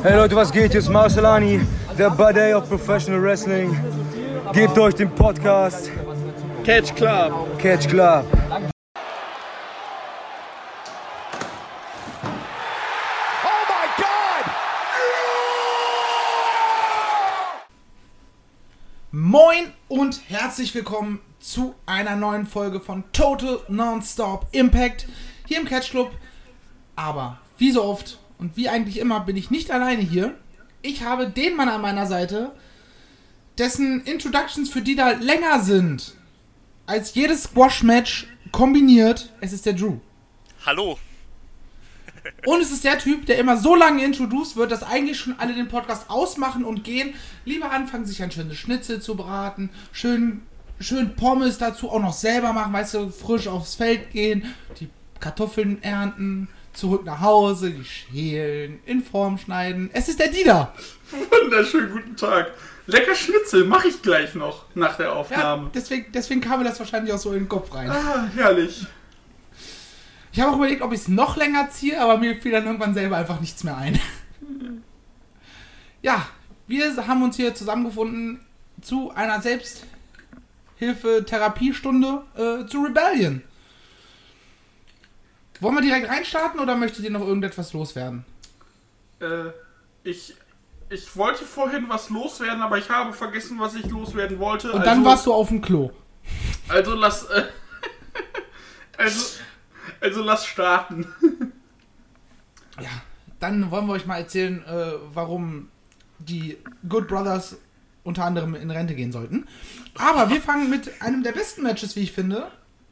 Hey Leute, was geht? Hier ist Marcelani, der Buddy of Professional Wrestling. Gebt euch den Podcast Catch Club. Catch Club. Moin und herzlich willkommen zu einer neuen Folge von Total Nonstop Impact hier im Catch Club. Aber wie so oft und wie eigentlich immer bin ich nicht alleine hier. Ich habe den Mann an meiner Seite, dessen Introductions für die da länger sind als jedes Squash-Match kombiniert. Es ist der Drew. Hallo. Und es ist der Typ, der immer so lange introduced wird, dass eigentlich schon alle den Podcast ausmachen und gehen. Lieber anfangen, sich ein schönes Schnitzel zu braten, schön Pommes dazu auch noch selber machen, weißt du, frisch aufs Feld gehen, die Kartoffeln ernten, zurück nach Hause, die schälen, in Form schneiden. Es ist der Dieter. Wunderschönen guten Tag. Lecker Schnitzel mache ich gleich noch nach der Aufnahme. Ja, deswegen kam mir das wahrscheinlich auch so in den Kopf rein. Ah, herrlich. Ich habe auch überlegt, ob ich es noch länger ziehe, aber mir fiel dann irgendwann selber einfach nichts mehr ein. Ja, wir haben uns hier zusammengefunden zu einer Selbsthilfe-Therapiestunde zu Rebellion. Wollen wir direkt reinstarten oder möchtet ihr noch irgendetwas loswerden? Ich wollte vorhin was loswerden, aber ich habe vergessen, was ich loswerden wollte. Und dann warst du auf dem Klo. Also lass starten. Ja, dann wollen wir euch mal erzählen, warum die Good Brothers unter anderem in Rente gehen sollten. Aber wir fangen mit einem der besten Matches, wie ich finde,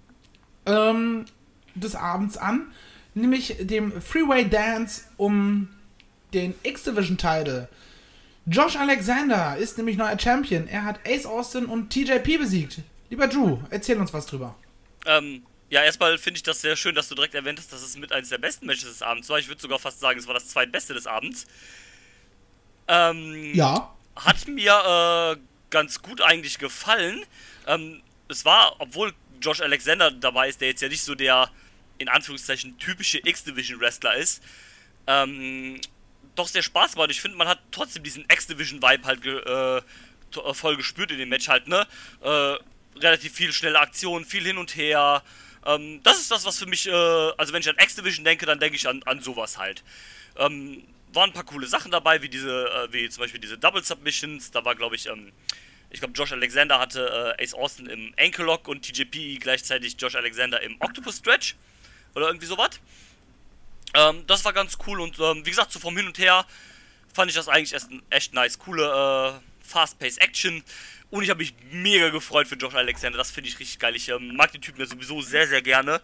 des Abends an, nämlich dem Freeway Dance um den X-Division-Title. Josh Alexander ist nämlich neuer Champion. Er hat Ace Austin und TJP besiegt. Lieber Drew, erzähl uns was drüber. Ja, erstmal finde ich das sehr schön, dass du direkt erwähnt hast, dass es mit eines der besten Matches des Abends war. Ich würde sogar fast sagen, es war das zweitbeste des Abends. Ja. Hat mir ganz gut eigentlich gefallen. Es war, obwohl Josh Alexander dabei ist, der jetzt ja nicht so der, in Anführungszeichen, typische X-Division-Wrestler ist, doch sehr Spaß war. Und ich finde, man hat trotzdem diesen X-Division-Vibe halt voll gespürt in dem Match halt, ne? Relativ viel schnelle Aktionen, viel hin und her. Das ist das, was für mich, also wenn ich an X-Division denke, dann denke ich an sowas halt. Waren ein paar coole Sachen dabei, wie zum Beispiel diese Double Submissions. Da war, glaube ich glaube Josh Alexander hatte Ace Austin im Ankle Lock und TJP gleichzeitig Josh Alexander im Octopus Stretch. Oder irgendwie sowas. Das war ganz cool und wie gesagt, so vom Hin und Her fand ich das eigentlich echt nice. Coole, fast-paced Action. Und ich habe mich mega gefreut für Josh Alexander, das finde ich richtig geil. Ich mag den Typen ja sowieso sehr, sehr gerne.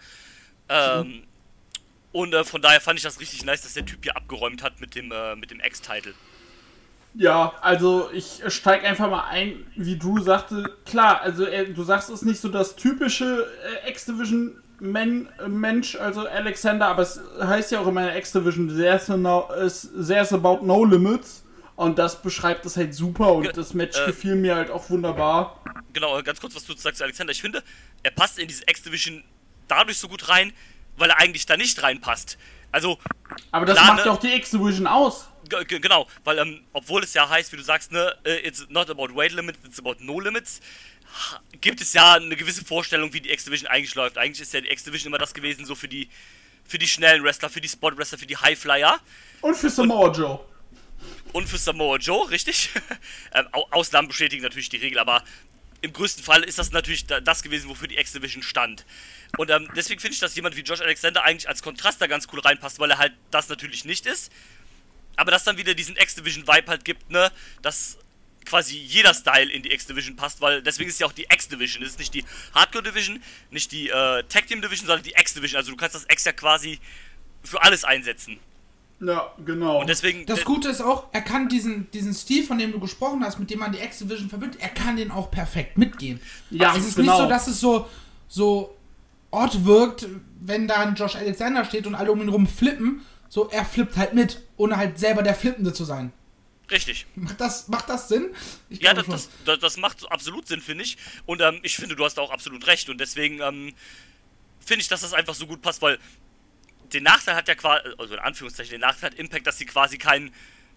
Und von daher fand ich das richtig nice, dass der Typ hier abgeräumt hat mit dem X-Title. Ja, also ich steige einfach mal ein, wie Drew sagte. Klar, also du sagst, es ist nicht so das typische X-Division-Mensch, also Alexander, aber es heißt ja auch in meiner X-Division, there's about no limits. Und das beschreibt das halt super und das Match gefiel mir halt auch wunderbar. Genau, ganz kurz, was du sagst zu Alexander. Ich finde, er passt in diese X-Division dadurch so gut rein, weil er eigentlich da nicht reinpasst. Also, aber das macht doch die X-Division aus. Genau, weil obwohl es ja heißt, wie du sagst, ne, it's not about weight limits, it's about no limits, gibt es ja eine gewisse Vorstellung, wie die X-Division eigentlich läuft. Eigentlich ist ja die X-Division immer das gewesen, so für die schnellen Wrestler, für die Spot-Wrestler, für die Highflyer. Und für Samoa Joe. Und für Samoa Joe, richtig. Ausnahmen bestätigen natürlich die Regel, aber im größten Fall ist das natürlich das gewesen, wofür die X-Division stand. Und deswegen finde ich, dass jemand wie Josh Alexander eigentlich als Kontrast da ganz cool reinpasst, weil er halt das natürlich nicht ist. Aber dass dann wieder diesen X-Division-Vibe halt gibt, ne, dass quasi jeder Style in die X-Division passt, weil deswegen ist ja auch die X-Division. Es ist nicht die Hardcore-Division, nicht die Tag-Team-Division, sondern die X-Division. Also du kannst das X ja quasi für alles einsetzen. Ja, genau. Und deswegen, das Gute ist auch, er kann diesen Stil, von dem du gesprochen hast, mit dem man die X-Division verbindet, er kann den auch perfekt mitgehen. Ja, es ist genau. nicht so, dass es so odd wirkt, wenn da ein Josh Alexander steht und alle um ihn rum flippen. So, er flippt halt mit, ohne halt selber der Flippende zu sein. Richtig. Macht das Sinn? Ja, das macht absolut Sinn, finde ich. Und ich finde, du hast auch absolut recht. Und deswegen finde ich, dass das einfach so gut passt, weil den Nachteil hat ja quasi, also in Anführungszeichen, den Nachteil hat Impact, dass sie quasi keinen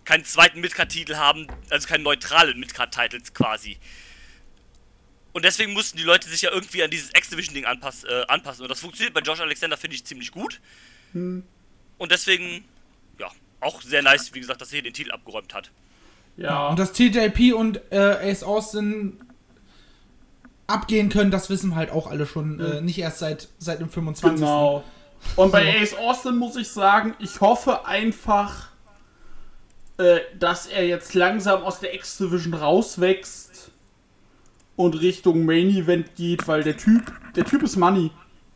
keinen zweiten Midcard-Titel haben, also keinen neutralen Midcard-Titel quasi. Und deswegen mussten die Leute sich ja irgendwie an dieses X-Division-Ding anpassen. Und das funktioniert bei Josh Alexander, finde ich, ziemlich gut. Und deswegen, ja, auch sehr nice, wie gesagt, dass er hier den Titel abgeräumt hat. Ja. Und dass TJP und Ace Austin abgehen können, das wissen halt auch alle schon. Nicht erst seit dem 25. Genau. Und bei Ace Austin muss ich sagen, ich hoffe einfach, dass er jetzt langsam aus der X-Division rauswächst und Richtung Main Event geht, weil der Typ ist Money.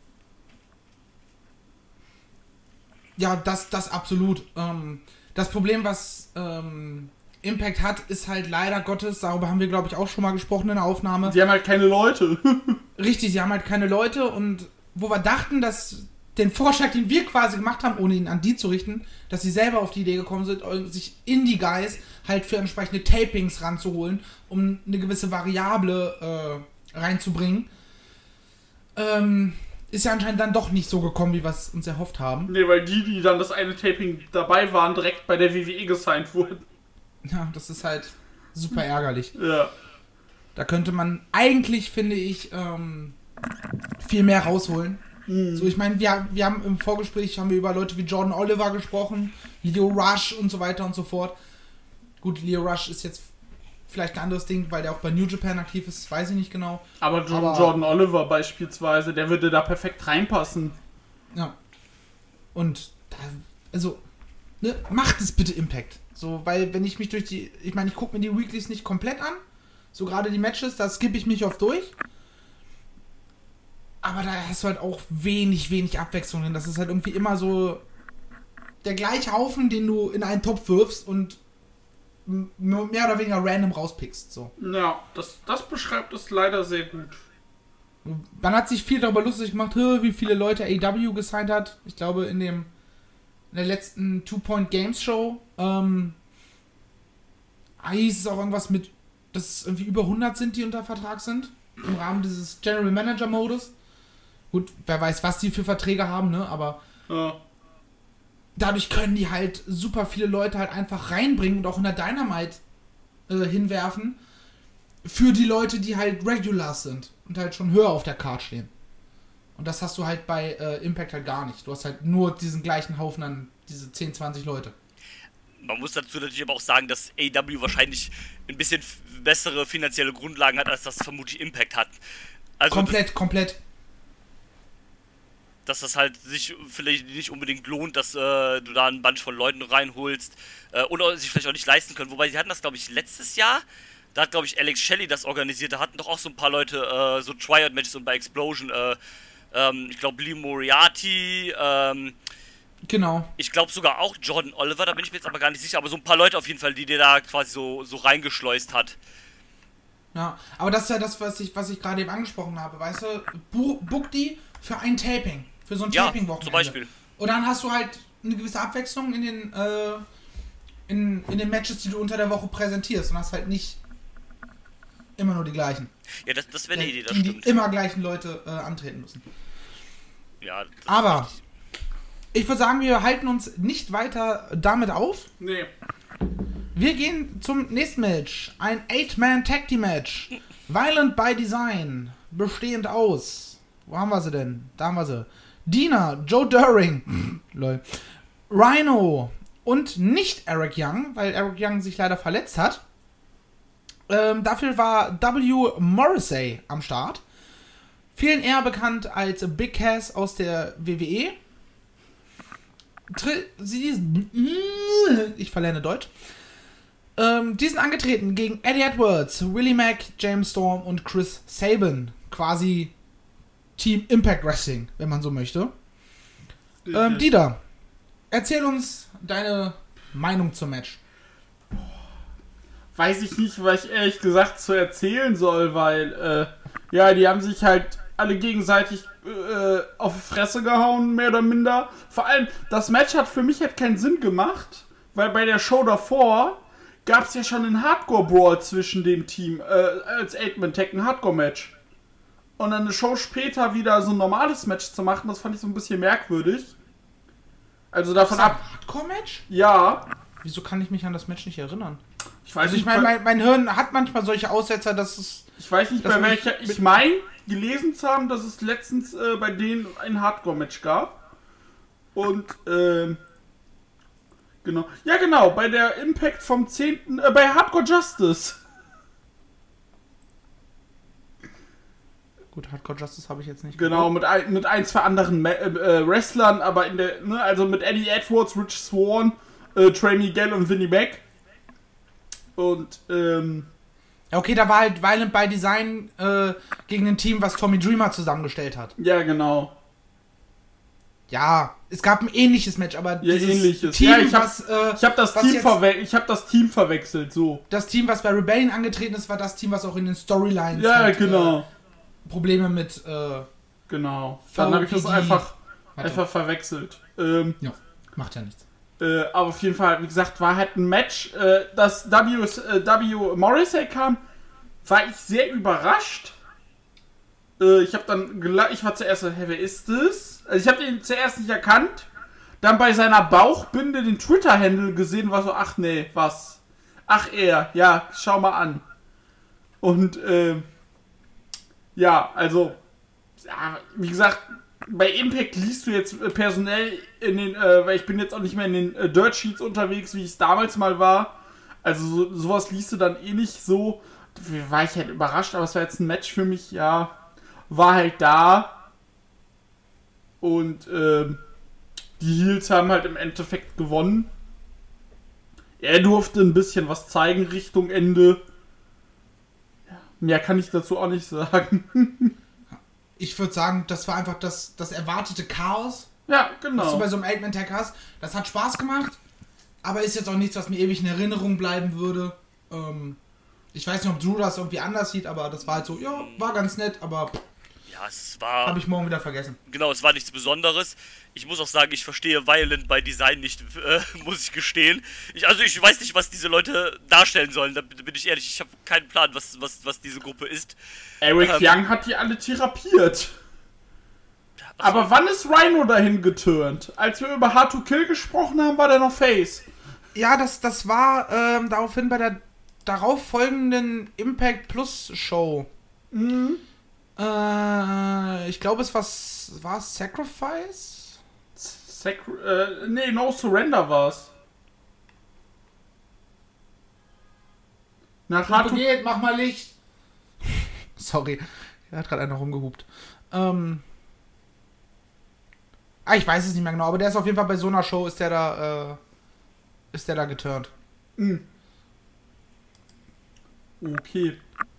Ja, das absolut. Das Problem, was Impact hat, ist halt leider Gottes, darüber haben wir, glaube ich, auch schon mal gesprochen in der Aufnahme. Sie haben halt keine Leute. Richtig, sie haben halt keine Leute und wo wir dachten, dass den Vorschlag, den wir quasi gemacht haben, ohne ihn an die zu richten, dass sie selber auf die Idee gekommen sind, sich Indie-Guys halt für entsprechende Tapings ranzuholen, um eine gewisse Variable reinzubringen. Ist ja anscheinend dann doch nicht so gekommen, wie wir es uns erhofft haben. Nee, weil die dann das eine Taping dabei waren, direkt bei der WWE gesigned wurden. Ja, das ist halt super ärgerlich. Ja. Da könnte man eigentlich, finde ich, viel mehr rausholen. So, ich meine, wir haben im Vorgespräch über Leute wie Jordan Oliver gesprochen, Leo Rush und so weiter und so fort. Gut, Leo Rush ist jetzt vielleicht ein anderes Ding, weil der auch bei New Japan aktiv ist, weiß ich nicht genau. Aber Jordan Oliver beispielsweise, der würde da perfekt reinpassen. Ja. Und da, also, ne, macht es bitte Impact. So, weil wenn ich mich ich gucke mir die Weeklies nicht komplett an, so gerade die Matches, da skippe ich mich oft durch. Aber da hast du halt auch wenig Abwechslung drin. Das ist halt irgendwie immer so der gleiche Haufen, den du in einen Topf wirfst und mehr oder weniger random rauspickst. So. Ja, das beschreibt es leider sehr gut. Man hat sich viel darüber lustig gemacht, wie viele Leute AEW gesigned hat. Ich glaube, in der letzten Two-Point Games Show hieß es auch irgendwas mit, dass es irgendwie über 100 sind, die unter Vertrag sind. Im Rahmen dieses General Manager Modus. Gut, wer weiß, was die für Verträge haben, ne? Aber dadurch können die halt super viele Leute halt einfach reinbringen und auch in der Dynamite hinwerfen. Für die Leute, die halt Regulars sind und halt schon höher auf der Card stehen. Und das hast du halt bei Impact halt gar nicht. Du hast halt nur diesen gleichen Haufen an diese 10, 20 Leute. Man muss dazu natürlich aber auch sagen, dass AEW wahrscheinlich ein bisschen bessere finanzielle Grundlagen hat, als das vermutlich Impact hat. Also komplett. Dass das halt sich vielleicht nicht unbedingt lohnt, dass du da einen Bunch von Leuten reinholst oder sich vielleicht auch nicht leisten können. Wobei, sie hatten das, glaube ich, letztes Jahr. Da hat, glaube ich, Alex Shelley das organisiert. Da hatten doch auch so ein paar Leute so Tryout-Matches und bei Explosion. Ich glaube, Lee Moriarty. Genau. Ich glaube sogar auch Jordan Oliver, da bin ich mir jetzt aber gar nicht sicher. Aber so ein paar Leute auf jeden Fall, die der da quasi so reingeschleust hat. Ja, aber das ist ja das, was ich gerade eben angesprochen habe. Weißt du, book die für ein Taping. Für so ein Taping-Wochenende. Zum Beispiel. Und dann hast du halt eine gewisse Abwechslung in den Matches, die du unter der Woche präsentierst. Und hast halt nicht immer nur die gleichen. Ja, das wäre eine Idee, das die stimmt. Die immer gleichen Leute antreten müssen. Ja. Aber ich würde sagen, wir halten uns nicht weiter damit auf. Nee. Wir gehen zum nächsten Match. Ein 8-Man-Tag-Team-Match. Violent by Design. Bestehend aus. Wo haben wir sie denn? Da haben wir sie. Dina, Joe Doering, lol, Rhino und nicht Eric Young, weil Eric Young sich leider verletzt hat. Dafür war W. Morrissey am Start. Vielen eher bekannt als Big Cass aus der WWE. Ich verlerne Deutsch. Die sind angetreten gegen Eddie Edwards, Willie Mack, James Storm und Chris Sabin. Quasi Team Impact Wrestling, wenn man so möchte. Dieter, erzähl uns deine Meinung zum Match. Weiß ich nicht, was ich ehrlich gesagt zu erzählen soll, weil, die haben sich halt alle gegenseitig auf die Fresse gehauen, mehr oder minder. Vor allem, das Match hat für mich halt keinen Sinn gemacht, weil bei der Show davor gab es ja schon einen Hardcore-Brawl zwischen dem Team, als 8-Man-Tag, ein Hardcore-Match. Und dann eine Show später wieder so ein normales Match zu machen, das fand ich so ein bisschen merkwürdig. Also davon ab... Hardcore-Match? Ja. Wieso kann ich mich an das Match nicht erinnern? Ich weiß Also ich nicht, meine, mein Hirn hat manchmal solche Aussetzer, dass es... ich weiß nicht, bei welcher. Ich meine, gelesen zu haben, dass es letztens bei denen ein Hardcore-Match gab. Und, genau. Ja, genau, bei der Impact vom 10. Bei Hardcore Justice. Gut, Hardcore Justice habe ich jetzt nicht. Genau, mit ein, zwei anderen Wrestlern, aber in der, ne, also mit Eddie Edwards, Rich Swann, Trey Miguel und Vinnie Mac. Und, Ja, okay, da war halt Violent by Design gegen ein Team, was Tommy Dreamer zusammengestellt hat. ja, genau. Ja, es gab ein ähnliches Match, aber Ja, dieses ähnliches. Team, Ja, ich hab das, Team verwechselt, so. das Team, was bei Rebellion angetreten ist, war das Team, was auch in den Storylines Ja, halt, genau. Probleme mit Genau. Dann habe ich das VPD. einfach Warte. verwechselt. Ja, macht ja nichts. Aber auf jeden Fall, wie gesagt, war halt ein Match, das W. Morrissey kam, war ich sehr überrascht. Ich habe dann ich war zuerst so, hä, wer ist das? Also ich habe den zuerst nicht erkannt. Dann bei seiner Bauchbinde den Twitter-Handle gesehen, war so, ach nee, was? Ach er, ja, schau mal an. Und, ja, also, ja, wie gesagt, bei Impact liest du jetzt personell in den, weil ich bin jetzt auch nicht mehr in den Dirt Sheets unterwegs, wie ich es damals mal war. Also sowas liest du dann eh nicht so. War ich halt überrascht, aber es war jetzt ein Match für mich, ja, war halt da. Und die Heels haben halt im Endeffekt gewonnen. Er durfte ein bisschen was zeigen Richtung Ende. Ja, mehr kann ich dazu auch nicht sagen. Ich würde sagen, das war einfach das erwartete Chaos, Ja, was du genau. bei so einem 8-Man-Tag hast. Das hat Spaß gemacht, aber ist jetzt auch nichts, was mir ewig in Erinnerung bleiben würde. Ich weiß nicht, ob Drew das irgendwie anders sieht, aber das war halt so, ja, war ganz nett, aber Ja, es war... habe ich morgen wieder vergessen. Genau, es war nichts Besonderes. Ich muss auch sagen, ich verstehe Violent by Design nicht, muss ich gestehen. Ich weiß nicht, was diese Leute darstellen sollen, da bin ich ehrlich. Ich habe keinen Plan, was diese Gruppe ist. Eric Young hat die alle therapiert. Aber wann ist Rhino dahin geturnt? Als wir über Hard to Kill gesprochen haben, war der noch Face. Ja, das war daraufhin bei der darauf folgenden Impact Plus Show. Mhm. Ich glaube, es war Sacrifice? Nee, No Surrender war's. Nach Hard to Geht, mach mal Licht. Sorry, da hat gerade einer rumgehupt. Ich weiß es nicht mehr genau, aber der ist auf jeden Fall bei so einer Show, ist der da geturnt. Okay.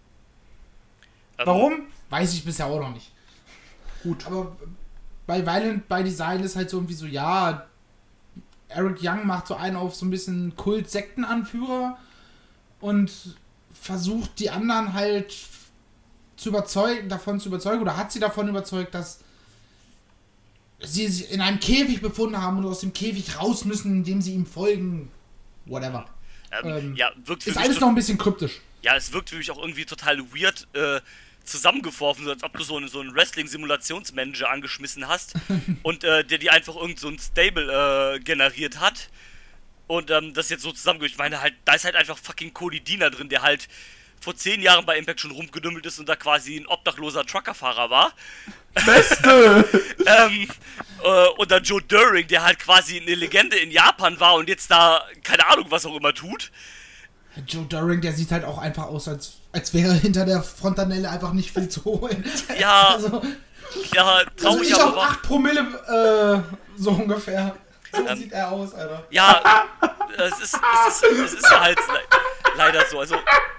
Warum? Weiß ich bisher auch noch nicht. Gut. Aber bei Violent by Design ist halt so irgendwie so, ja, Eric Young macht so einen auf so ein bisschen Kult-Sektenanführer und versucht die anderen halt davon zu überzeugen, oder hat sie davon überzeugt, dass sie sich in einem Käfig befunden haben und aus dem Käfig raus müssen, indem sie ihm folgen. Whatever. Ja, wirkt für Ist mich alles noch ein bisschen kryptisch. Ja, es wirkt für mich auch irgendwie total weird zusammengeworfen, so als ob du so einen Wrestling-Simulationsmanager angeschmissen hast und der dir einfach irgend so ein Stable generiert hat und das jetzt so zusammengefügt. Ich meine halt, da ist halt einfach fucking Cody Deaner drin, der halt vor 10 Jahren bei Impact schon rumgedümmelt ist und da quasi ein obdachloser Truckerfahrer war. Beste! Und dann Joe Doering, der halt quasi eine Legende in Japan war und jetzt da keine Ahnung, was auch immer tut. Joe Doering, der sieht halt auch einfach aus, als wäre hinter der Frontanelle einfach nicht viel zu holen. Ja, also, ja, traurig, ich auf aber 8 Promille, so ungefähr. So sieht er aus, Alter. ja, es ist ja halt leider so, also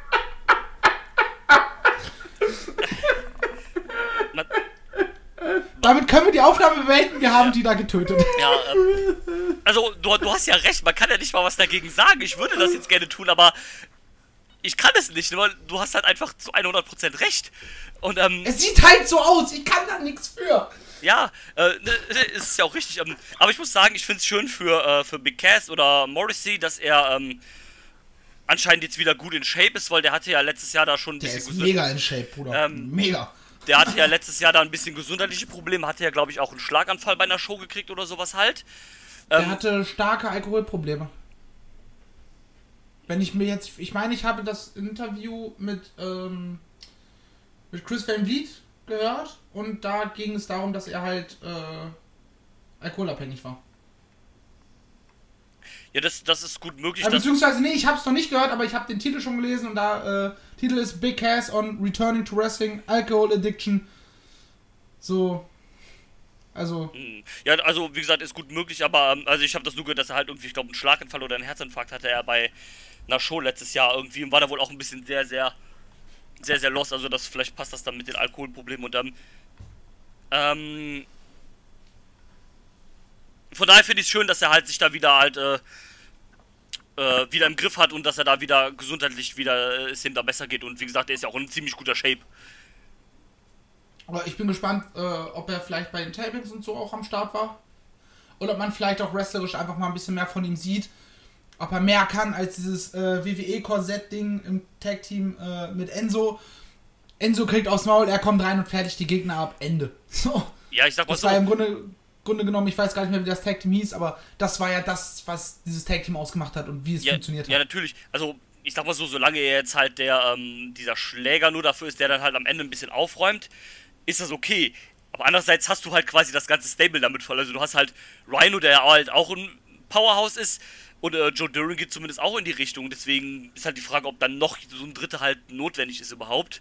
Damit können wir die Aufnahme beenden, wir haben die da getötet. ja, also du hast ja recht, man kann ja nicht mal was dagegen sagen, ich würde das jetzt gerne tun, aber ich kann es nicht, weil du hast halt einfach zu 100% recht und Es sieht halt so aus, ich kann da nichts für. ja, es ist ja auch richtig, aber ich muss sagen, ich finde es schön für Big Cass oder Morrissey, dass er anscheinend jetzt wieder gut in Shape ist, weil der hatte ja letztes Jahr da schon ein Der bisschen ist mega in Shape, Bruder. Mega. Der hatte ja letztes Jahr da ein bisschen gesundheitliche Probleme, hatte ja glaube ich auch einen Schlaganfall bei einer Show gekriegt oder sowas halt. Der hatte starke Alkoholprobleme. Wenn ich mir jetzt, ich meine, ich habe das Interview mit Chris Van Vliet gehört und da ging es darum, dass er halt alkoholabhängig war. Ja, das ist gut möglich. Beziehungsweise, nee, ich habe es noch nicht gehört, aber ich habe den Titel schon gelesen und da, Titel ist Big Cass on Returning to Wrestling, Alcohol Addiction. So, also... Ja, also wie gesagt, ist gut möglich, aber also ich habe das nur gehört, dass er halt irgendwie, ich glaube, einen Schlaganfall oder einen Herzinfarkt hatte er bei einer Show letztes Jahr irgendwie und war da wohl auch ein bisschen sehr, sehr lost, also vielleicht passt das dann mit den Alkoholproblemen und dann von daher finde ich es schön, dass er halt sich da wieder halt wieder im Griff hat und dass er da wieder gesundheitlich wieder es ihm da besser geht und wie gesagt, er ist ja auch in ziemlich guter Shape. Aber ich bin gespannt, ob er vielleicht bei den Tapings und so auch am Start war. Oder ob man vielleicht auch wrestlerisch einfach mal ein bisschen mehr von ihm sieht. Ob er mehr kann als dieses WWE-Korsett-Ding im Tag-Team mit Enzo. Enzo kriegt aufs Maul, er kommt rein und fertigt die Gegner ab. Ende. So. Ja, ich sag mal das so. war ja im Grunde genommen, ich weiß gar nicht mehr, wie das Tag-Team hieß, aber das war ja das, was dieses Tag-Team ausgemacht hat und wie es funktioniert hat. Ja, natürlich. Also, ich sag mal so, solange er jetzt halt dieser Schläger nur dafür ist, der dann halt am Ende ein bisschen aufräumt, ist das okay. Aber andererseits hast du halt quasi das ganze Stable damit voll. Also du hast halt Rhino, der halt auch ein Powerhouse ist und Joe Duran geht zumindest auch in die Richtung. Deswegen ist halt die Frage, ob dann noch so ein Dritter halt notwendig ist überhaupt.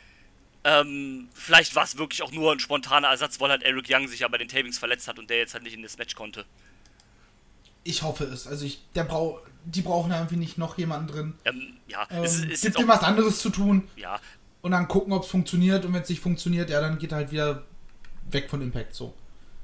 Vielleicht war es wirklich auch nur ein spontaner Ersatz, weil halt Eric Young sich ja bei den Tapings verletzt hat und der jetzt halt nicht in das Match konnte. Ich hoffe es. Also die brauchen ja irgendwie nicht noch jemanden drin. Ja, es gibt ihm was anderes zu tun. Ja. Und dann gucken, ob es funktioniert. Und wenn es nicht funktioniert, ja, dann geht er halt wieder weg von Impact. So.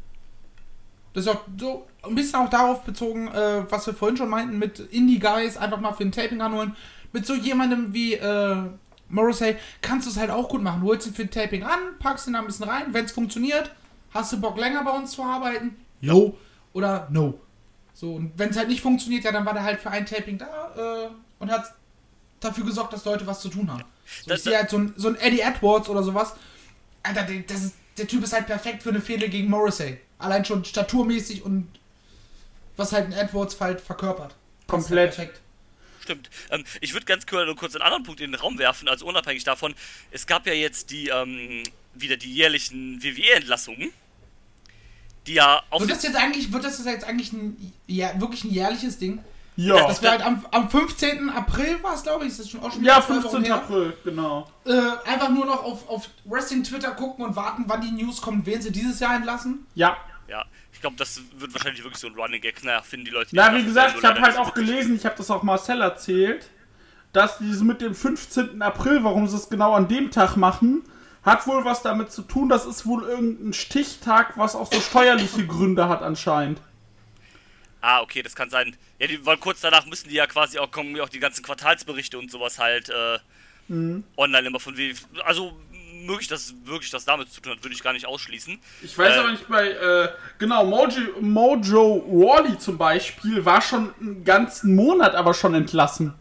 Das ist auch so ein bisschen auch darauf bezogen, was wir vorhin schon meinten, mit Indie-Guys einfach mal für ein Taping anholen. Mit so jemandem wie Morrissey kannst du es halt auch gut machen. Du holst ihn für ein Taping an, packst ihn da ein bisschen rein. Wenn es funktioniert, hast du Bock länger bei uns zu arbeiten? Jo. Oder no. So, und wenn es halt nicht funktioniert, ja, dann war der halt für ein Taping da und hat dafür gesorgt, dass Leute was zu tun haben. So, ich sehe halt so ein Eddie Edwards oder sowas. Alter, der Typ ist halt perfekt für eine Fehde gegen Morrissey. Allein schon staturmäßig und was halt ein Edwards halt verkörpert. Komplett. Halt perfekt. Stimmt. Ich würde ganz kurz einen anderen Punkt in den Raum werfen, also unabhängig davon. Es gab ja jetzt wieder die jährlichen WWE-Entlassungen, die ja auf... Wird das jetzt eigentlich wirklich ein jährliches Ding? Ja. Das wäre halt am 15. April war es, glaube ich. Ist das schon auch schon Ja, 15. April, genau. Einfach nur noch auf Wrestling-Twitter gucken und warten, wann die News kommt, wen sie dieses Jahr entlassen. Ja. Ja, ich glaube, das wird wahrscheinlich wirklich so ein Running Gag. Naja, finden die Leute... Na, wie gesagt, ich habe halt auch gelesen, ich habe das auch Marcel erzählt, dass diese mit dem 15. April, warum sie es genau an dem Tag machen, hat wohl was damit zu tun, das ist wohl irgendein Stichtag, was auch so steuerliche Gründe hat anscheinend. Ah, okay, das kann sein. Ja, weil kurz danach müssen die ja quasi auch kommen, auch die ganzen Quartalsberichte und sowas halt online immer von wie. Also möglich, dass wirklich das damit zu tun hat, würde ich gar nicht ausschließen. Ich weiß aber nicht genau, Mojo Rawley zum Beispiel war schon einen ganzen Monat aber schon entlassen.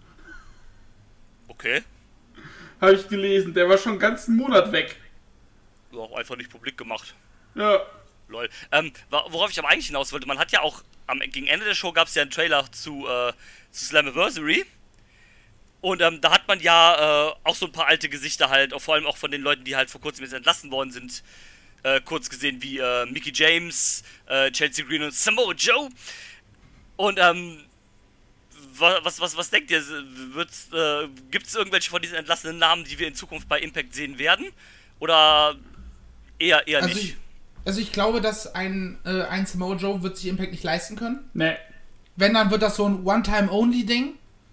Okay. Habe ich gelesen, der war schon einen ganzen Monat weg. Ja, auch einfach nicht publik gemacht. Ja. Lol. Worauf ich aber eigentlich hinaus wollte, man hat ja auch gegen Ende der Show gab es ja einen Trailer zu Slammiversary. Und da hat man ja auch so ein paar alte Gesichter halt, vor allem auch von den Leuten, die halt vor kurzem jetzt entlassen worden sind, kurz gesehen, wie Mickie James, Chelsea Green und Samoa Joe. Und was denkt ihr? Gibt es irgendwelche von diesen entlassenen Namen, die wir in Zukunft bei Impact sehen werden? Oder eher nicht? Ich glaube, dass ein Samoa Joe wird sich Impact nicht leisten können. Nee. Wenn, dann wird das so ein One-Time-Only-Ding.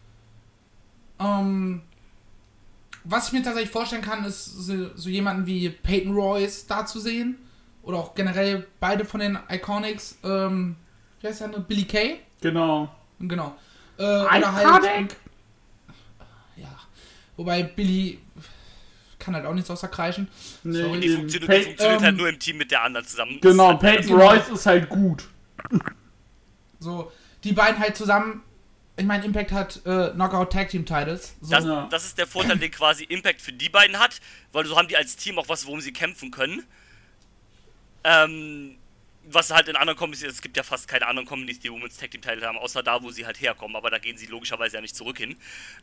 Was ich mir tatsächlich vorstellen kann, ist so jemanden wie Peyton Royce da zu sehen. Oder auch generell beide von den Iconics. Wie heißt der andere? Billy Kay? Genau. Oder halt... Ja. Wobei Billy kann halt auch nichts außer kreischen. Nee, Sorry. Die funktioniert halt nur im Team mit der anderen zusammen. Genau, halt Peyton Royce ist halt gut. So, die beiden halt zusammen. Ich meine, Impact hat Knockout Tag Team Titles. So. Das ist der Vorteil, den quasi Impact für die beiden hat, weil so haben die als Team auch was, worum sie kämpfen können. was halt in anderen Companies ist, es gibt ja fast keine anderen Companies, die Women's Tag Team Title haben, außer da, wo sie halt herkommen, aber da gehen sie logischerweise ja nicht zurück hin.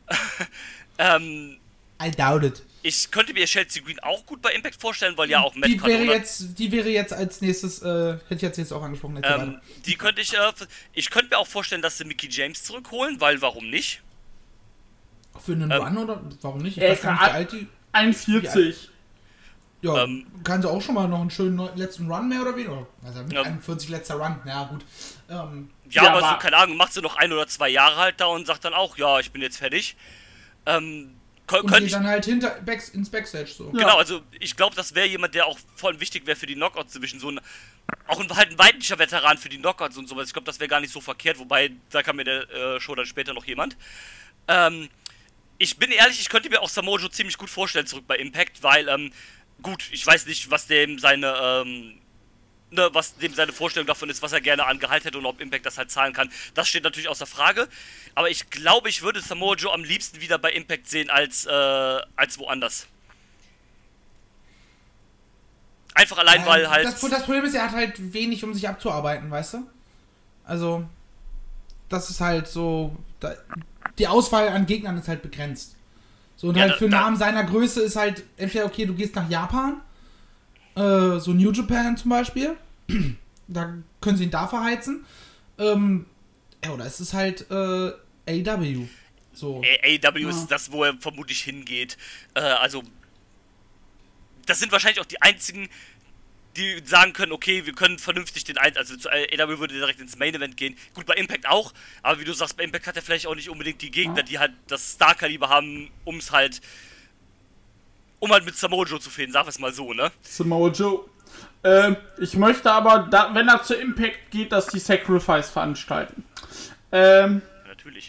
I doubt it. Ich könnte mir Chelsea Green auch gut bei Impact vorstellen, weil ja auch Matt Die Cardona... wäre jetzt als nächstes, hätte ich jetzt auch angesprochen. die könnte ich könnte mir auch vorstellen, dass sie Mickey James zurückholen, weil warum nicht? Für einen Run oder? Warum nicht? Ich weiß gar nicht, wie alt die... 41. Ja, kann sie auch schon mal noch einen schönen letzten Run mehr oder weniger? Also mit Ja. 41 letzter Run, ja gut. Ja, aber so, keine Ahnung, macht sie noch 1 oder 2 Jahre halt da und sagt dann auch, ja, ich bin jetzt fertig. Und Könnte geht ich, dann halt ins Backstage so. genau, also ich glaube, das wäre jemand, der auch voll wichtig wäre für die Knockouts-Division, so auch halt ein weiblicher Veteran für die Knockouts und sowas. Ich glaube, das wäre gar nicht so verkehrt, wobei, da kam mir der Show dann später noch jemand. Ich bin ehrlich, ich könnte mir auch Samoa Joe ziemlich gut vorstellen zurück bei Impact, weil, gut, ich weiß nicht, was dem seine Vorstellung davon ist, was er gerne an Gehalt hätte und ob Impact das halt zahlen kann. Das steht natürlich außer Frage. Aber ich glaube, ich würde Samoa Joe am liebsten wieder bei Impact sehen als woanders. Einfach allein, weil halt... Das Problem ist, er hat halt wenig, um sich abzuarbeiten, weißt du? Also, das ist halt so... Die Auswahl an Gegnern ist halt begrenzt. So, und Ja, halt für Namen seiner Größe ist halt entweder, okay, du gehst nach Japan, so New Japan zum Beispiel, da können sie ihn da verheizen, oder es ist halt AEW. So. AEW ist das, wo er vermutlich hingeht. Also, das sind wahrscheinlich auch die einzigen, die sagen können, okay, wir können vernünftig also zu AEW würde direkt ins Main Event gehen. Gut, bei Impact auch, aber wie du sagst, bei Impact hat er vielleicht auch nicht unbedingt die Gegner, die halt das Star-Kaliber haben, um halt mit Samoa Joe zu fehlen, sag es mal so, ne? Samoa Joe. Ich möchte aber, wenn er zu Impact geht, dass die Sacrifice veranstalten. Ja, natürlich.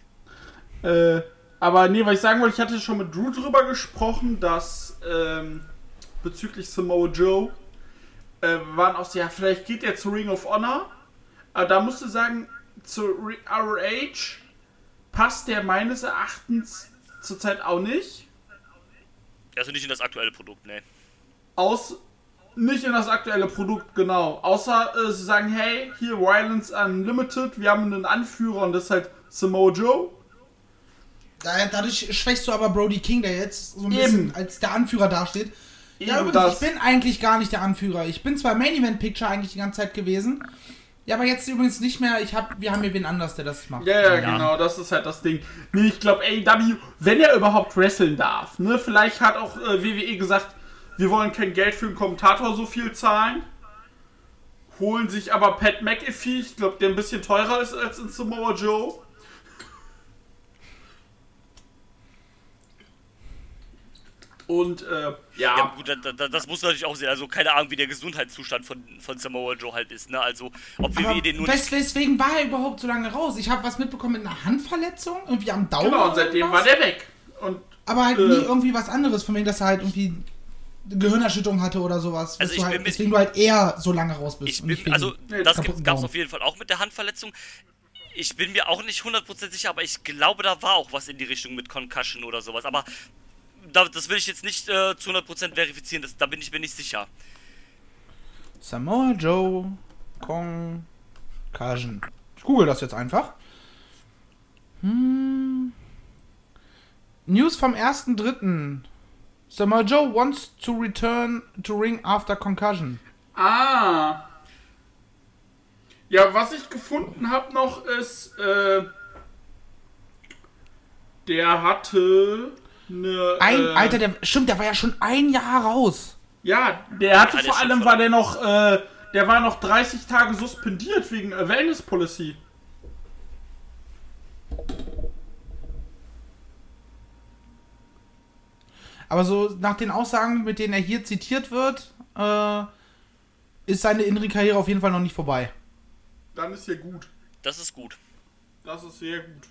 Aber nee, was ich sagen wollte, ich hatte schon mit Drew drüber gesprochen, dass bezüglich Samoa Joe waren auch so, ja, vielleicht geht er zu Ring of Honor, aber da musst du sagen, zu ROH passt der meines Erachtens zurzeit auch nicht. Also nicht in das aktuelle Produkt, ne. Nicht in das aktuelle Produkt, genau. Außer sie sagen, hey, hier Violence Unlimited, wir haben einen Anführer und das ist halt Samoa Joe. Dadurch schwächst du aber Brody King, der jetzt so ein bisschen als der Anführer dasteht. Ja, übrigens, ich bin eigentlich gar nicht der Anführer. Ich bin zwar Main Event Picture eigentlich die ganze Zeit gewesen. Ja, aber jetzt übrigens nicht mehr. Wir haben hier wen anders, der das macht. Ja, genau, das ist halt das Ding. Nee, ich glaube AEW, wenn er überhaupt wresteln darf, ne, vielleicht hat auch WWE gesagt, wir wollen kein Geld für einen Kommentator so viel zahlen. Holen sich aber Pat McAfee, ich glaube, der ein bisschen teurer ist als in Samoa Joe. Und, Ja, gut, das muss natürlich auch sehen. Also, keine Ahnung, wie der Gesundheitszustand von Samoa Joe halt ist, ne? Also, ob WWE den nur weswegen war er überhaupt so lange raus? Ich habe was mitbekommen mit einer Handverletzung, irgendwie am Daumen. Genau, und seitdem war der weg. Und, aber halt nie irgendwie was anderes, von wem, dass er halt irgendwie Gehirnerschütterung hatte oder sowas. Also deswegen du halt eher so lange raus bist. Das gab es auf jeden Fall auch mit der Handverletzung. Ich bin mir auch nicht 100% sicher, aber ich glaube, da war auch was in die Richtung mit Concussion oder sowas. Aber das will ich jetzt nicht zu 100% verifizieren, da bin ich mir nicht sicher. Samoa Joe Concussion. Ich google das jetzt einfach. News vom 1.3. Samoa Joe wants to return to ring after concussion. Ja, was ich gefunden habe noch ist, der hatte Alter, der war ja schon 1 Jahr raus. Ja, der hatte vor allem, der war noch 30 Tage suspendiert wegen Wellness Policy. Aber so nach den Aussagen, mit denen er hier zitiert wird, ist seine Innenring-Karriere auf jeden Fall noch nicht vorbei. Dann ist ja gut. Das ist gut. Das ist sehr gut.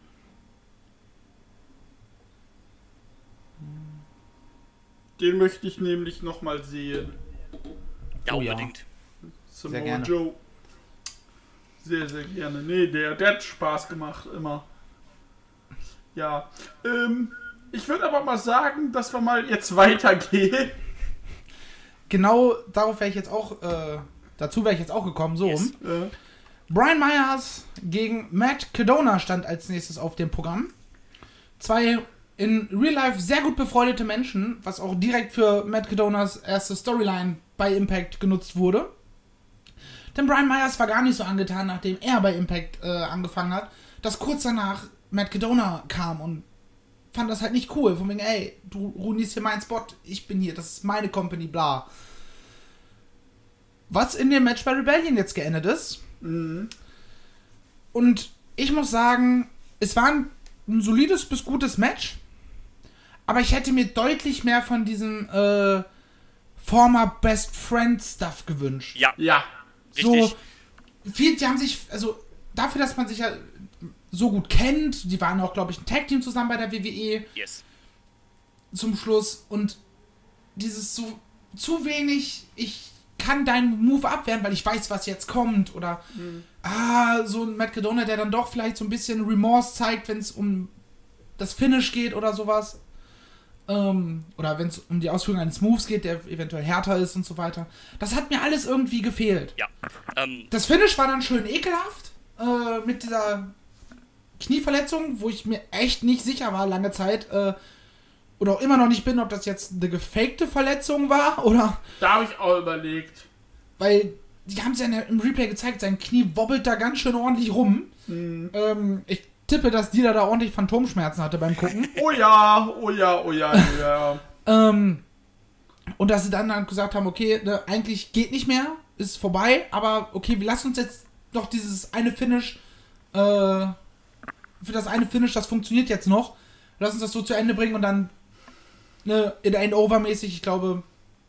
Den möchte ich nämlich nochmal sehen. Ja, unbedingt. Samoa Joe. Sehr, sehr gerne. Nee, der hat Spaß gemacht, immer. Ja. Ich würde aber mal sagen, dass wir mal jetzt weitergehen. Genau darauf wäre ich jetzt auch Dazu wäre ich jetzt auch gekommen, so Yes. rum. Brian Myers gegen Matt Cardona stand als nächstes auf dem Programm. Zwei in Real Life sehr gut befreundete Menschen, was auch direkt für Matt Cardonas erste Storyline bei Impact genutzt wurde. Denn Brian Myers war gar nicht so angetan, nachdem er bei Impact angefangen hat, dass kurz danach Matt Cardona kam und fand das halt nicht cool. Von wegen, ey, du ruinierst hier meinen Spot, ich bin hier, das ist meine Company, bla. Was in dem Match bei Rebellion jetzt geendet ist. Und ich muss sagen, es war ein solides bis gutes Match, aber ich hätte mir deutlich mehr von diesem former Best Friend Stuff gewünscht. Ja. Richtig. So, die haben sich, also dafür, dass man sich ja so gut kennt, die waren auch, glaube ich, ein Tag-Team zusammen bei der WWE Yes. zum Schluss und dieses so zu wenig, ich kann deinen Move abwehren, weil ich weiß, was jetzt kommt oder so ein Matt Cardona, der dann doch vielleicht so ein bisschen Remorse zeigt, wenn es um das Finish geht oder sowas. Oder wenn es um die Ausführung eines Moves geht, der eventuell härter ist und so weiter. Das hat mir alles irgendwie gefehlt. Ja. Das Finish war dann schön ekelhaft, mit dieser Knieverletzung, wo ich mir echt nicht sicher war lange Zeit, oder auch immer noch nicht bin, ob das jetzt eine gefakte Verletzung war, oder... Da habe ich auch überlegt. Weil, die haben es ja im Replay gezeigt, sein Knie wobbelt da ganz schön ordentlich rum. Ich tippe, dass die da ordentlich Phantomschmerzen hatte beim Gucken. Oh ja. Und dass sie dann gesagt haben, okay, ne, eigentlich geht nicht mehr, ist vorbei, aber okay, wir lassen uns jetzt doch dieses eine Finish, für das eine Finish, das funktioniert jetzt noch, lass uns das so zu Ende bringen und dann, ne, in End-Over-mäßig, ich glaube,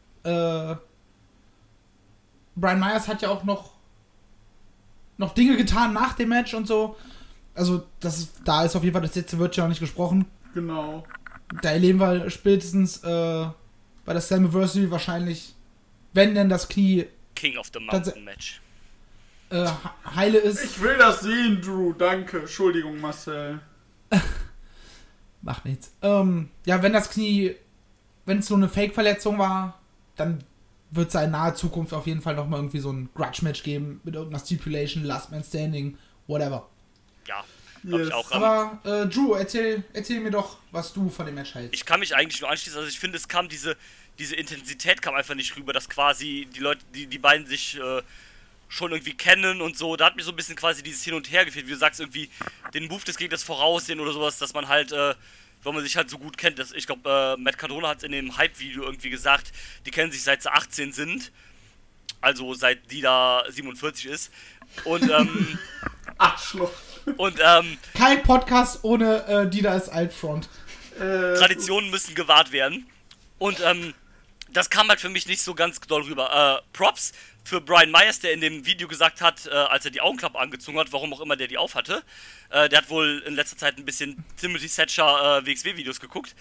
Brian Myers hat ja auch noch Dinge getan nach dem Match und so. Also, da ist auf jeden Fall, das letzte wird ja noch nicht gesprochen. Genau. Da erleben wir spätestens bei der Slammiversary wahrscheinlich, wenn denn das Knie King of the Mountain Match. heile ist. Ich will das sehen, Drew. Danke. Entschuldigung, Marcel. Macht nichts. Ja, wenn das Knie, wenn es so eine Fake-Verletzung war, dann wird es in naher Zukunft auf jeden Fall nochmal irgendwie so ein Grudge-Match geben mit irgendeiner Stipulation, Last Man Standing, whatever. Ja, glaube Yes. ich auch. Aber Drew, erzähl mir doch, was du von dem Match hältst. Ich kann mich eigentlich nur anschließen, also ich finde, es kam diese Intensität kam einfach nicht rüber, dass quasi die Leute, die beiden sich schon irgendwie kennen und so. Da hat mir so ein bisschen quasi dieses Hin und Her gefehlt, wie du sagst, irgendwie den Move des Gegners voraussehen oder sowas, dass man halt, wenn man sich halt so gut kennt, ich glaube, Matt Cardona hat es in dem Hype-Video irgendwie gesagt, die kennen sich seit sie 18 sind, also seit die da 47 ist. Und, Arschloch. und, Kein Podcast ohne Dida ist Altfront. Traditionen müssen gewahrt werden. Und das kam halt für mich nicht so ganz doll rüber. Props für Brian Myers, der in dem Video gesagt hat, als er die Augenklappe angezogen hat, warum auch immer der die auf hatte. Der hat wohl in letzter Zeit ein bisschen Timothy Thatcher WXW-Videos geguckt.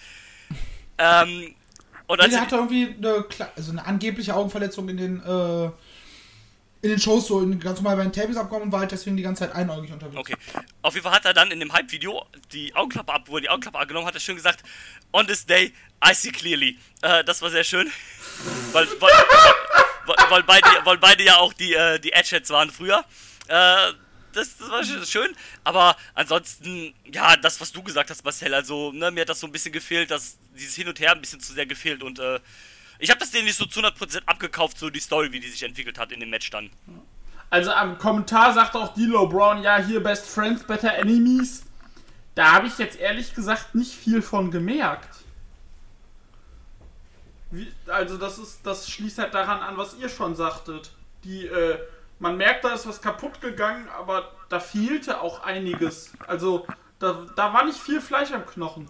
Und als Der hatte irgendwie eine angebliche Augenverletzung in den Shows, so ganz normal bei den Tables abgekommen und war halt deswegen die ganze Zeit einäugig unterwegs. Okay. Auf jeden Fall hat er dann in dem Hype-Video wo er die Augenklappe abgenommen hat, er schön gesagt, on this day, I see clearly. Das war sehr schön. weil beide ja auch die Edgeheads waren früher. Das war schön. Aber ansonsten, ja, das, was du gesagt hast, Marcel, also, ne, mir hat das so ein bisschen gefehlt, dass dieses Hin und Her ein bisschen zu sehr gefehlt und, ich habe das denen nicht so zu 100% abgekauft, so die Story, wie die sich entwickelt hat in dem Match dann. Also am Kommentar sagt auch D'Lo Brown, ja, hier Best Friends, Better Enemies. Da habe ich jetzt ehrlich gesagt nicht viel von gemerkt. Also das schließt halt daran an, was ihr schon sagtet. Man merkt, da ist was kaputt gegangen, aber da fehlte auch einiges. Also da war nicht viel Fleisch am Knochen.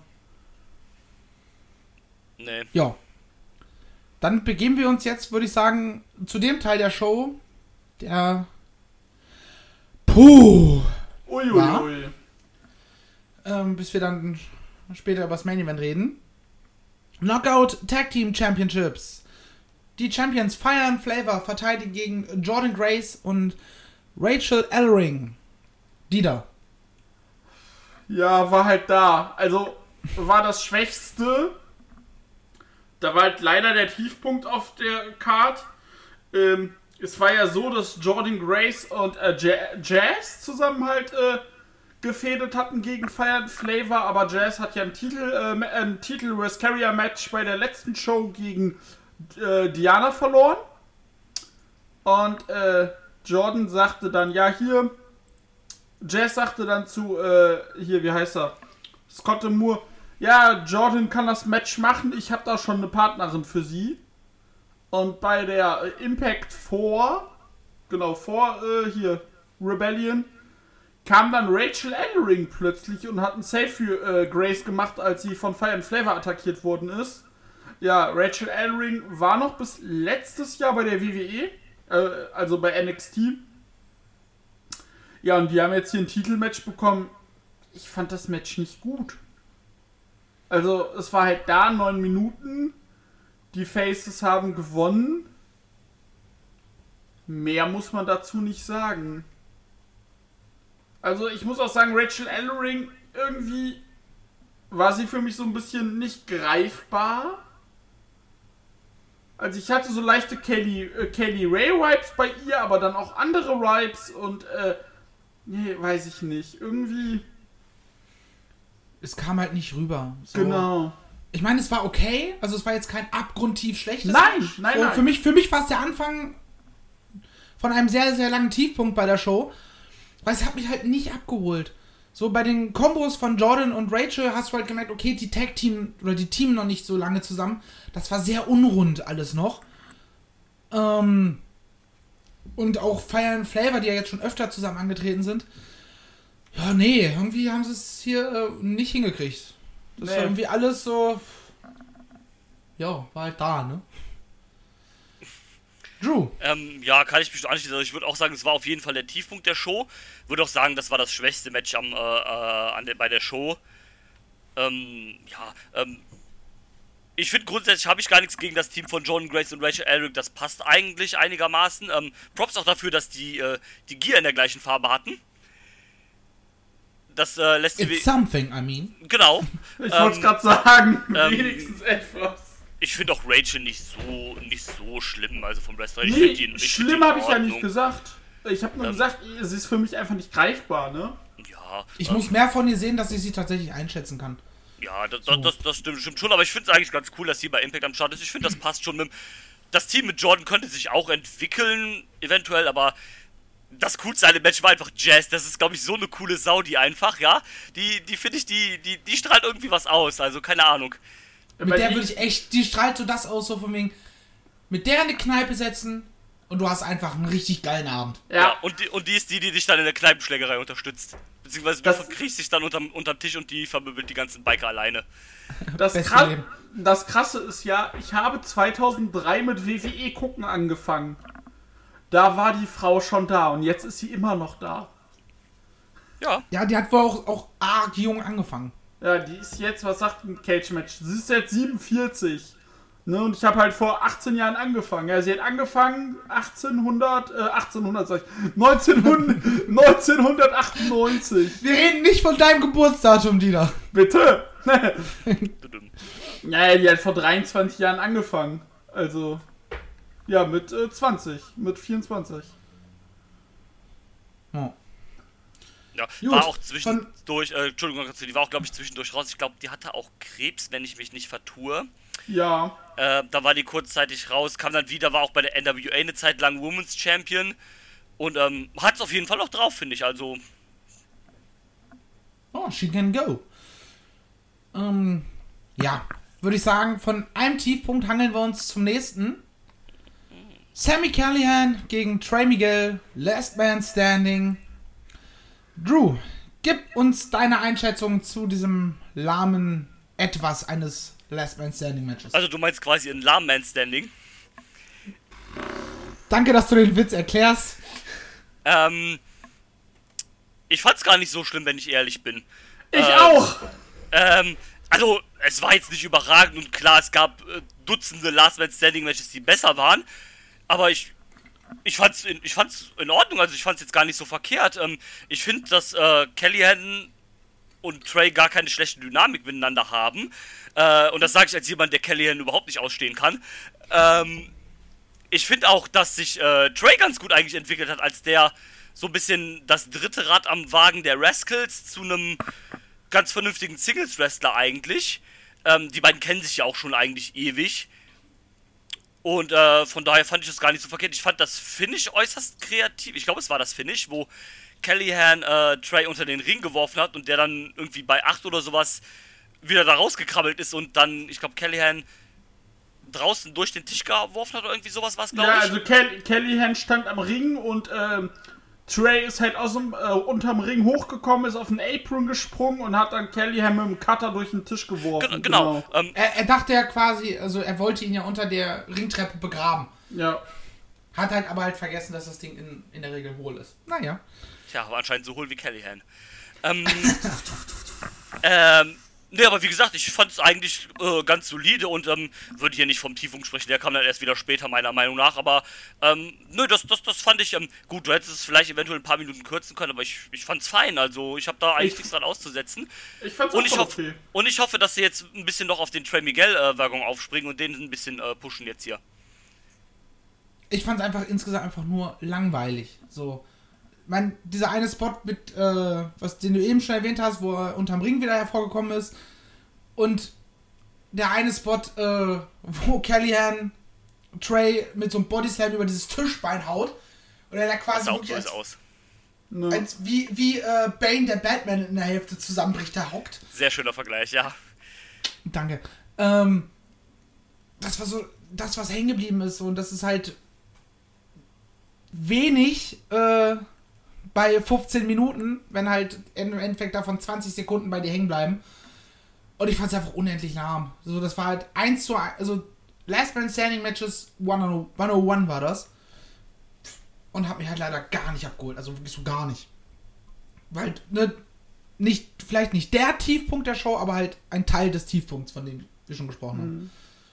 Nee. Ja. Dann begeben wir uns jetzt, würde ich sagen, zu dem Teil der Show, der Uiuiui. bis wir dann später über das Main Event reden. Knockout Tag Team Championships. Die Champions Fire and Flavor verteidigen gegen Jordan Grace und Rachel Ellering. Dida. Ja, war halt da. Also war das Schwächste. Da war halt leider der Tiefpunkt auf der Card. es war ja so, dass Jordynne Grace und Jazz zusammen halt gefädet hatten gegen Fire and Flavor, aber Jazz hat ja ein Titel West Carrier Match bei der letzten Show gegen Diana verloren. Und Jordan sagte dann, ja hier, Jazz sagte dann zu, hier, wie heißt er? Scott Moore, ja, Jordan kann das Match machen, ich habe da schon eine Partnerin für sie. Und bei der Impact 4, hier, Rebellion, kam dann Rachel Ellering plötzlich und hat einen Save für Grace gemacht, als sie von Fire and Flavor attackiert worden ist. Ja, Rachel Ellering war noch bis letztes Jahr bei der WWE, also bei NXT. Ja, und die haben jetzt hier ein Titelmatch bekommen. Ich fand das Match nicht gut. Also, es war halt da 9 Minuten. Die Faces haben gewonnen. Mehr muss man dazu nicht sagen. Also, ich muss auch sagen, Rachel Ellering, irgendwie war sie für mich so ein bisschen nicht greifbar. Also, ich hatte so leichte Kelly Ray-Vibes bei ihr, aber dann auch andere Vibes und, nee, weiß ich nicht. Irgendwie. Es kam halt nicht rüber. So. Genau. Ich meine, es war okay. Also es war jetzt kein abgrundtief schlechtes Nein, Match. nein, So, nein. Für mich war es der Anfang von einem sehr, sehr langen Tiefpunkt bei der Show. Weil es hat mich halt nicht abgeholt. So bei den Kombos von Jordan und Rachel hast du halt gemerkt, okay, die Tag-Team oder die Team noch nicht so lange zusammen. Das war sehr unrund alles noch. Und auch Fire and Flavor, die ja jetzt schon öfter zusammen angetreten sind. Ja, nee, irgendwie haben sie es hier nicht hingekriegt. Das war irgendwie alles so. Ja, war halt da, ne? Drew. Ja, kann ich mich schon anschließen. Also ich würde auch sagen, es war auf jeden Fall der Tiefpunkt der Show. Würde auch sagen, das war das schwächste Match bei der Show. Ich finde grundsätzlich habe ich gar nichts gegen das Team von Jordynne Grace und Rachel Ellering. Das passt eigentlich einigermaßen. Props auch dafür, dass die Gear in der gleichen Farbe hatten. Das lässt sie... It's something, I mean. Genau. Ich wollte es gerade sagen. Wenigstens etwas. Ich finde auch Rachel nicht so schlimm, also vom Wrestler. Nee, schlimm habe ich ja nicht gesagt. Ich habe nur gesagt, sie ist für mich einfach nicht greifbar, ne? Ja. Ich muss mehr von ihr sehen, dass ich sie tatsächlich einschätzen kann. Ja, das stimmt schon, aber ich finde es eigentlich ganz cool, dass sie bei Impact am Start ist. Ich finde, das passt schon das Team mit Jordan könnte sich auch entwickeln, eventuell, aber das coolste an dem Match war einfach Jazz. Das ist, glaube ich, so eine coole Sau, die einfach, ja, die finde ich, die strahlt irgendwie was aus, also keine Ahnung. Mit der würde ich echt, die strahlt so das aus, so von wegen, mit der in eine Kneipe setzen und du hast einfach einen richtig geilen Abend. Ja, und die ist die dich dann in der Kneipenschlägerei unterstützt. Beziehungsweise du verkriechst dich dann unterm Tisch und die vermöbelt die ganzen Biker alleine. Das Krasse ist ja, ich habe 2003 mit WWE gucken angefangen. Da war die Frau schon da und jetzt ist sie immer noch da. Ja. Ja, die hat wohl auch arg jung angefangen. Ja, die ist jetzt, was sagt ein Cage-Match? Sie ist jetzt 47. Ne, und ich habe halt vor 18 Jahren angefangen. Ja, sie hat angefangen 1998. Wir reden nicht von deinem Geburtsdatum, Dieter. Bitte? Naja, die hat vor 23 Jahren angefangen. Also, ja, mit 24. Oh. Ja, Gut, war auch zwischendurch, Entschuldigung, die war auch, glaube ich, zwischendurch raus. Ich glaube, die hatte auch Krebs, wenn ich mich nicht vertue. Ja. Da war die kurzzeitig raus, kam dann wieder, war auch bei der NWA eine Zeit lang Women's Champion. Und hat es auf jeden Fall auch drauf, finde ich, also... Oh, she can go. Ja, würde ich sagen, von einem Tiefpunkt hangeln wir uns zum nächsten. Sami Callihan gegen Trey Miguel, Last Man Standing. Drew, gib uns deine Einschätzung zu diesem lahmen Etwas eines Last Man Standing Matches. Also du meinst quasi ein Lahm-Man Standing? Danke, dass du den Witz erklärst. Ich fand's gar nicht so schlimm, wenn ich ehrlich bin. Ich auch! Also, es war jetzt nicht überragend und klar, es gab Dutzende Last Man Standing Matches, die besser waren, aber ich fand's in Ordnung, also ich fand's jetzt gar nicht so verkehrt. Ich finde, dass Callihan und Trey gar keine schlechte Dynamik miteinander haben. Und das sage ich als jemand, der Callihan überhaupt nicht ausstehen kann. Ich finde auch, dass sich Trey ganz gut eigentlich entwickelt hat, als der so ein bisschen das dritte Rad am Wagen der Rascals zu einem ganz vernünftigen Singles-Wrestler eigentlich. Die beiden kennen sich ja auch schon eigentlich ewig. Und von daher fand ich das gar nicht so verkehrt. Ich fand das Finish äußerst kreativ. Ich glaube, es war das Finish, wo Callahan Trey unter den Ring geworfen hat und der dann irgendwie bei 8 oder sowas wieder da rausgekrabbelt ist und dann, ich glaube, Callahan draußen durch den Tisch geworfen hat oder irgendwie sowas war es, glaube ich. Ja, also Callahan stand am Ring und Trey ist halt unterm Ring hochgekommen, ist auf den Apron gesprungen und hat dann Callahan mit dem Cutter durch den Tisch geworfen. Genau. Er dachte ja quasi, also er wollte ihn ja unter der Ringtreppe begraben. Ja. Hat halt aber halt vergessen, dass das Ding in der Regel hohl ist. Naja. Tja, aber anscheinend so hohl wie Callahan. Ne, aber wie gesagt, ich fand es eigentlich ganz solide und würde hier nicht vom Tiefpunkt sprechen, der kam dann erst wieder später, meiner Meinung nach, aber nö, das fand ich, gut, du hättest es vielleicht eventuell ein paar Minuten kürzen können, aber ich fand's fein, also ich habe da eigentlich nichts dran auszusetzen. Ich fand's auch okay. Und ich hoffe, dass sie jetzt ein bisschen noch auf den Trey Miguel-Waggon aufspringen und den ein bisschen pushen jetzt hier. Ich fand's einfach insgesamt einfach nur langweilig, so. Dieser eine Spot mit, den du eben schon erwähnt hast, wo er unterm Ring wieder hervorgekommen ist. Und der eine Spot, wo Callahan Trey mit so einem Bodyslam über dieses Tischbein haut. Und er da quasi Das sah aus. als wie Bane, der Batman, in der Hälfte zusammenbricht, der hockt. Sehr schöner Vergleich, ja. Danke. Das war so das, was hängen geblieben ist. Und das ist halt wenig, bei 15 Minuten, wenn halt im Endeffekt davon 20 Sekunden bei dir hängen bleiben. Und ich fand es einfach unendlich lahm. So, das war halt 1:1, also Last Man Standing Matches 101 war das. Und hat mich halt leider gar nicht abgeholt. Also wirklich so gar nicht. Weil, ne, vielleicht nicht der Tiefpunkt der Show, aber halt ein Teil des Tiefpunkts, von dem wir schon gesprochen haben.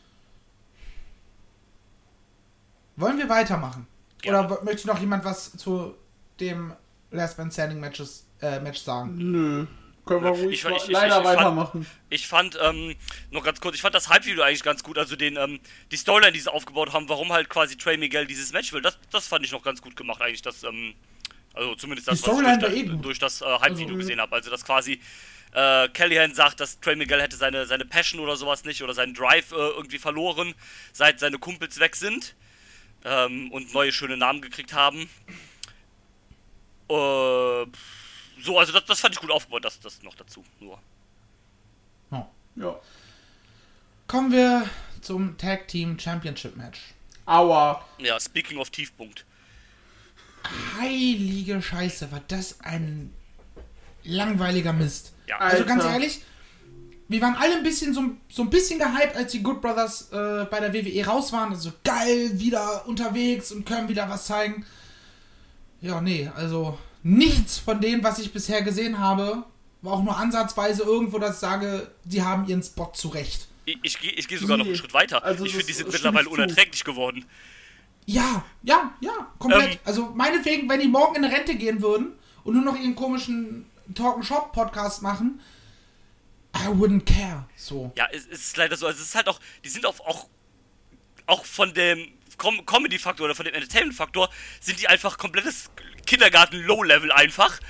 Wollen wir weitermachen? Gerne. Oder möchte noch jemand was zu dem Last Man Standing Match sagen? Nö. Können wir ruhig Ich weitermachen. Ich fand, noch ganz kurz, ich fand das Hype-Video eigentlich ganz gut, also die Storyline, die sie aufgebaut haben, warum halt quasi Trey Miguel dieses Match will, das fand ich noch ganz gut gemacht eigentlich, also zumindest das, was ich durch das Hype-Video gesehen habe, also dass quasi Callahan sagt, dass Trey Miguel hätte seine Passion oder sowas nicht, oder seinen Drive irgendwie verloren, seit seine Kumpels weg sind und neue schöne Namen gekriegt haben. So, also das fand ich gut aufgebaut, das noch dazu, nur. Oh. Ja. Kommen wir zum Tag Team Championship Match. Aua. Ja, speaking of Tiefpunkt. Heilige Scheiße, war das ein langweiliger Mist. Ja. Also ganz Alter. ehrlich, wir waren alle ein bisschen so ein bisschen gehypt, als die Good Brothers bei der WWE raus waren. Also geil, wieder unterwegs und können wieder was zeigen. Ja, nee, also nichts von dem, was ich bisher gesehen habe, war auch nur ansatzweise irgendwo, dass ich sage, sie haben ihren Spot zurecht. Ich gehe sogar noch einen Schritt weiter. Also ich finde, die sind stimme mittlerweile ich zu. unerträglich geworden. Ja, komplett. Also meinetwegen, wenn die morgen in Rente gehen würden und nur noch ihren komischen Talk-and-Shop-Podcast machen, I wouldn't care. So. Ja, es ist leider so. Also es ist halt auch, die sind auch von dem Comedy-Faktor oder von dem Entertainment-Faktor sind die einfach komplettes Kindergarten-Low-Level einfach.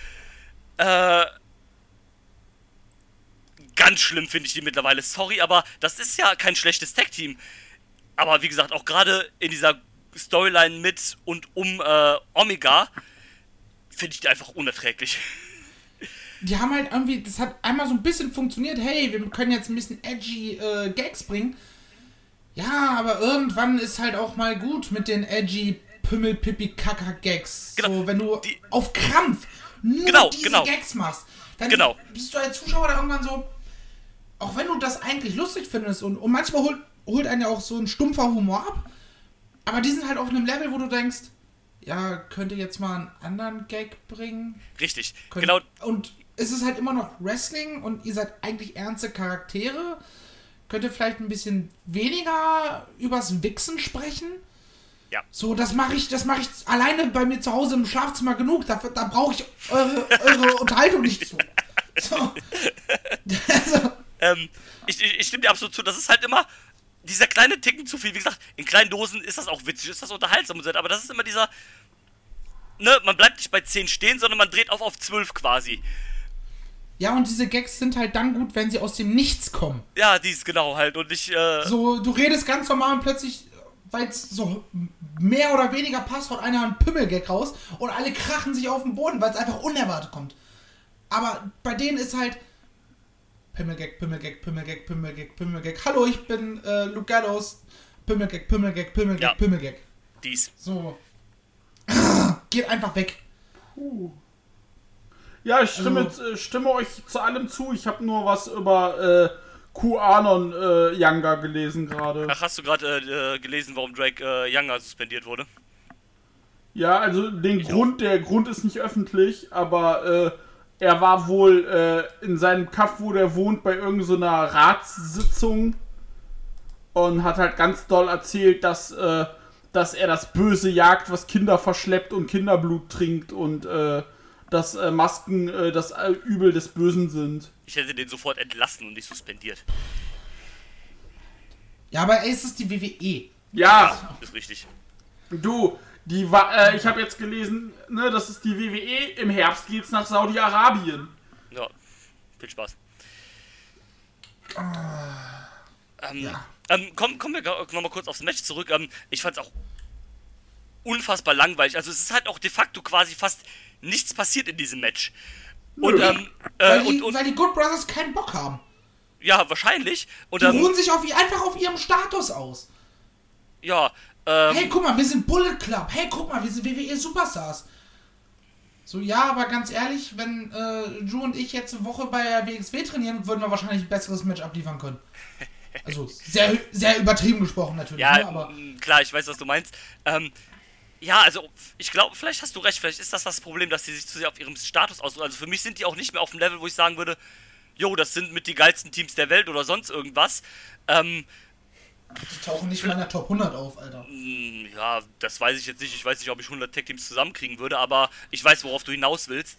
Ganz schlimm finde ich die mittlerweile. Sorry, aber das ist ja kein schlechtes Tag-Team. Aber wie gesagt, auch gerade in dieser Storyline mit und um Omega finde ich die einfach unerträglich. Die haben halt irgendwie, das hat einmal so ein bisschen funktioniert, hey, wir können jetzt ein bisschen edgy Gags bringen. Ja, aber irgendwann ist halt auch mal gut mit den edgy Pimmel-Pipi-Kaka-Gags. Genau, So, wenn du auf Krampf nur diese Gags machst, dann bist du als Zuschauer da irgendwann so, auch wenn du das eigentlich lustig findest und manchmal holt einen ja auch so ein stumpfer Humor ab, aber die sind halt auf einem Level, wo du denkst, ja, könnt ihr jetzt mal einen anderen Gag bringen? Richtig, genau. Und es ist halt immer noch Wrestling und ihr seid eigentlich ernste Charaktere. Könnt ihr vielleicht ein bisschen weniger übers Wichsen sprechen? Ja. So, das mache ich alleine bei mir zu Hause im Schlafzimmer genug. Da brauche ich eure Unterhaltung nicht zu. So. Also. Ich stimme dir absolut zu. Das ist halt immer dieser kleine Ticken zu viel. Wie gesagt, in kleinen Dosen ist das auch witzig, ist das unterhaltsam und so, aber das ist immer dieser, ne, man bleibt nicht bei 10 stehen, sondern man dreht auf 12 quasi. Ja, und diese Gags sind halt dann gut, wenn sie aus dem Nichts kommen. Ja, dies genau halt und nicht, So, du redest ganz normal und plötzlich, weil es so mehr oder weniger passt, haut einer einen Pimmelgag raus und alle krachen sich auf den Boden, weil es einfach unerwartet kommt. Aber bei denen ist halt Pimmelgag, Pimmelgag, Pimmelgag, Pimmelgag, Pimmelgag. Hallo, ich bin Luke Gallows. Pimmelgag, Pimmelgag, Pimmelgag, Ja. Pimmelgag. dies. So. Geht einfach weg. Ja, ich stimme euch zu allem zu. Ich habe nur was über QAnon Younger gelesen gerade. Ach, hast du gerade gelesen, warum Drake Younger suspendiert wurde? Ja, also der Grund ist nicht öffentlich, aber er war wohl in seinem Kaff, wo der wohnt, bei irgendeiner so Ratssitzung und hat halt ganz doll erzählt, dass er das Böse jagt, was Kinder verschleppt und Kinderblut trinkt und dass Masken das Übel des Bösen sind. Ich hätte den sofort entlassen und nicht suspendiert. Ja, aber es ist die WWE. Ja, Ist richtig. du, ich habe jetzt gelesen, ne, das ist die WWE, im Herbst geht's nach Saudi-Arabien. Ja, viel Spaß. Ja. Kommen wir nochmal kurz aufs Match zurück. Ich fand's auch unfassbar langweilig. Also es ist halt auch de facto quasi fast nichts passiert in diesem Match. Und, Weil die Good Brothers keinen Bock haben. ja, wahrscheinlich. Und Die ruhen sich einfach auf ihrem Status aus. ja, Hey, guck mal, wir sind Bullet Club. Hey, guck mal, wir sind WWE Superstars. So, ja, aber ganz ehrlich, wenn Drew und ich jetzt eine Woche bei der WXW trainieren, würden wir wahrscheinlich ein besseres Match abliefern können. Also, sehr, sehr übertrieben gesprochen natürlich. ja, Ne, aber klar, ich weiß, was du meinst. Ja, also ich glaube, vielleicht hast du recht, vielleicht ist das Problem, dass die sich zu sehr auf ihrem Status ausruhen. Also für mich sind die auch nicht mehr auf dem Level, wo ich sagen würde, jo, das sind mit die geilsten Teams der Welt oder sonst irgendwas. die tauchen nicht mal in der Top 100 auf, Alter. Ja, das weiß ich jetzt nicht. Ich weiß nicht, ob ich 100 Tag-Teams zusammenkriegen würde, aber ich weiß, worauf du hinaus willst.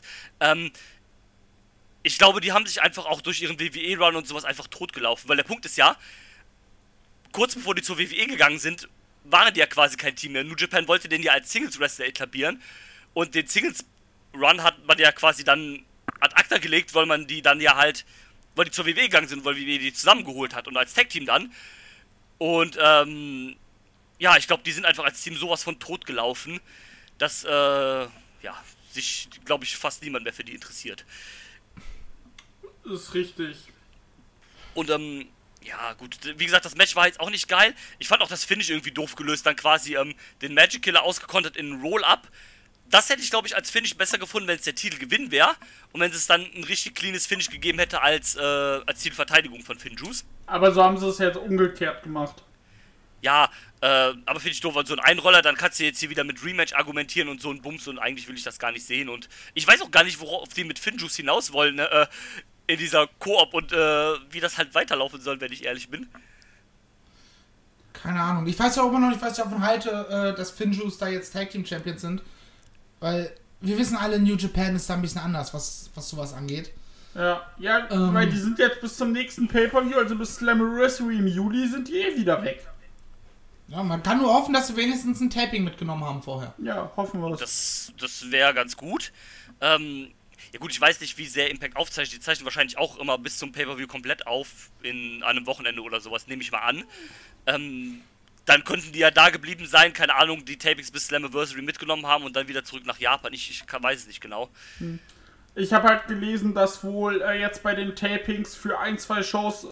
Ich glaube, die haben sich einfach auch durch ihren WWE-Run und sowas einfach totgelaufen. Weil der Punkt ist ja, kurz bevor die zur WWE gegangen sind, waren die ja quasi kein Team mehr. New Japan wollte den ja als Singles-Wrestler etablieren. Und den Singles-Run hat man ja quasi dann ad acta gelegt, weil man die dann ja halt, weil die zur WWE gegangen sind, weil WWE die zusammengeholt hat und als Tag-Team dann. Und, ja, ich glaube, die sind einfach als Team sowas von tot gelaufen, dass, ja, sich, glaube ich, fast niemand mehr für die interessiert. Das ist richtig. Und, ja, gut, wie gesagt, das Match war jetzt auch nicht geil. Ich fand auch das Finish irgendwie doof gelöst, dann quasi, den Magic Killer ausgekontert in einen Roll-Up. Das hätte ich, glaube ich, als Finish besser gefunden, wenn es der Titelgewinn wäre. Und wenn es dann ein richtig cleanes Finish gegeben hätte als Titelverteidigung von FinJuice. Aber so haben sie es jetzt umgekehrt gemacht. Ja, aber finde ich doof, weil so ein Einroller, dann kannst du jetzt hier wieder mit Rematch argumentieren und so ein Bums und eigentlich will ich das gar nicht sehen. Und ich weiß auch gar nicht, worauf die mit FinJuice hinaus wollen, ne? In dieser Koop und wie das halt weiterlaufen soll, wenn ich ehrlich bin. Keine Ahnung. Ich weiß ja auch immer noch nicht, was ich davon halte, dass FinJuice da jetzt Tag Team Champions sind. Weil wir wissen alle, New Japan ist da ein bisschen anders, was sowas angeht. Ja, weil die sind jetzt bis zum nächsten Pay-Per-View, also bis Slammiversary im Juli, sind die eh wieder weg. Ja, man kann nur hoffen, dass sie wenigstens ein Taping mitgenommen haben vorher. Ja, hoffen wir das. Das wäre ganz gut. Ja gut, ich weiß nicht, wie sehr Impact aufzeichnet. Die zeichnen wahrscheinlich auch immer bis zum Pay-Per-View komplett auf, in einem Wochenende oder sowas, nehme ich mal an. Dann könnten die ja da geblieben sein, keine Ahnung, die Tapings bis Slammiversary mitgenommen haben und dann wieder zurück nach Japan. Ich weiß es nicht genau. Ich habe halt gelesen, dass wohl jetzt bei den Tapings für 1-2 Shows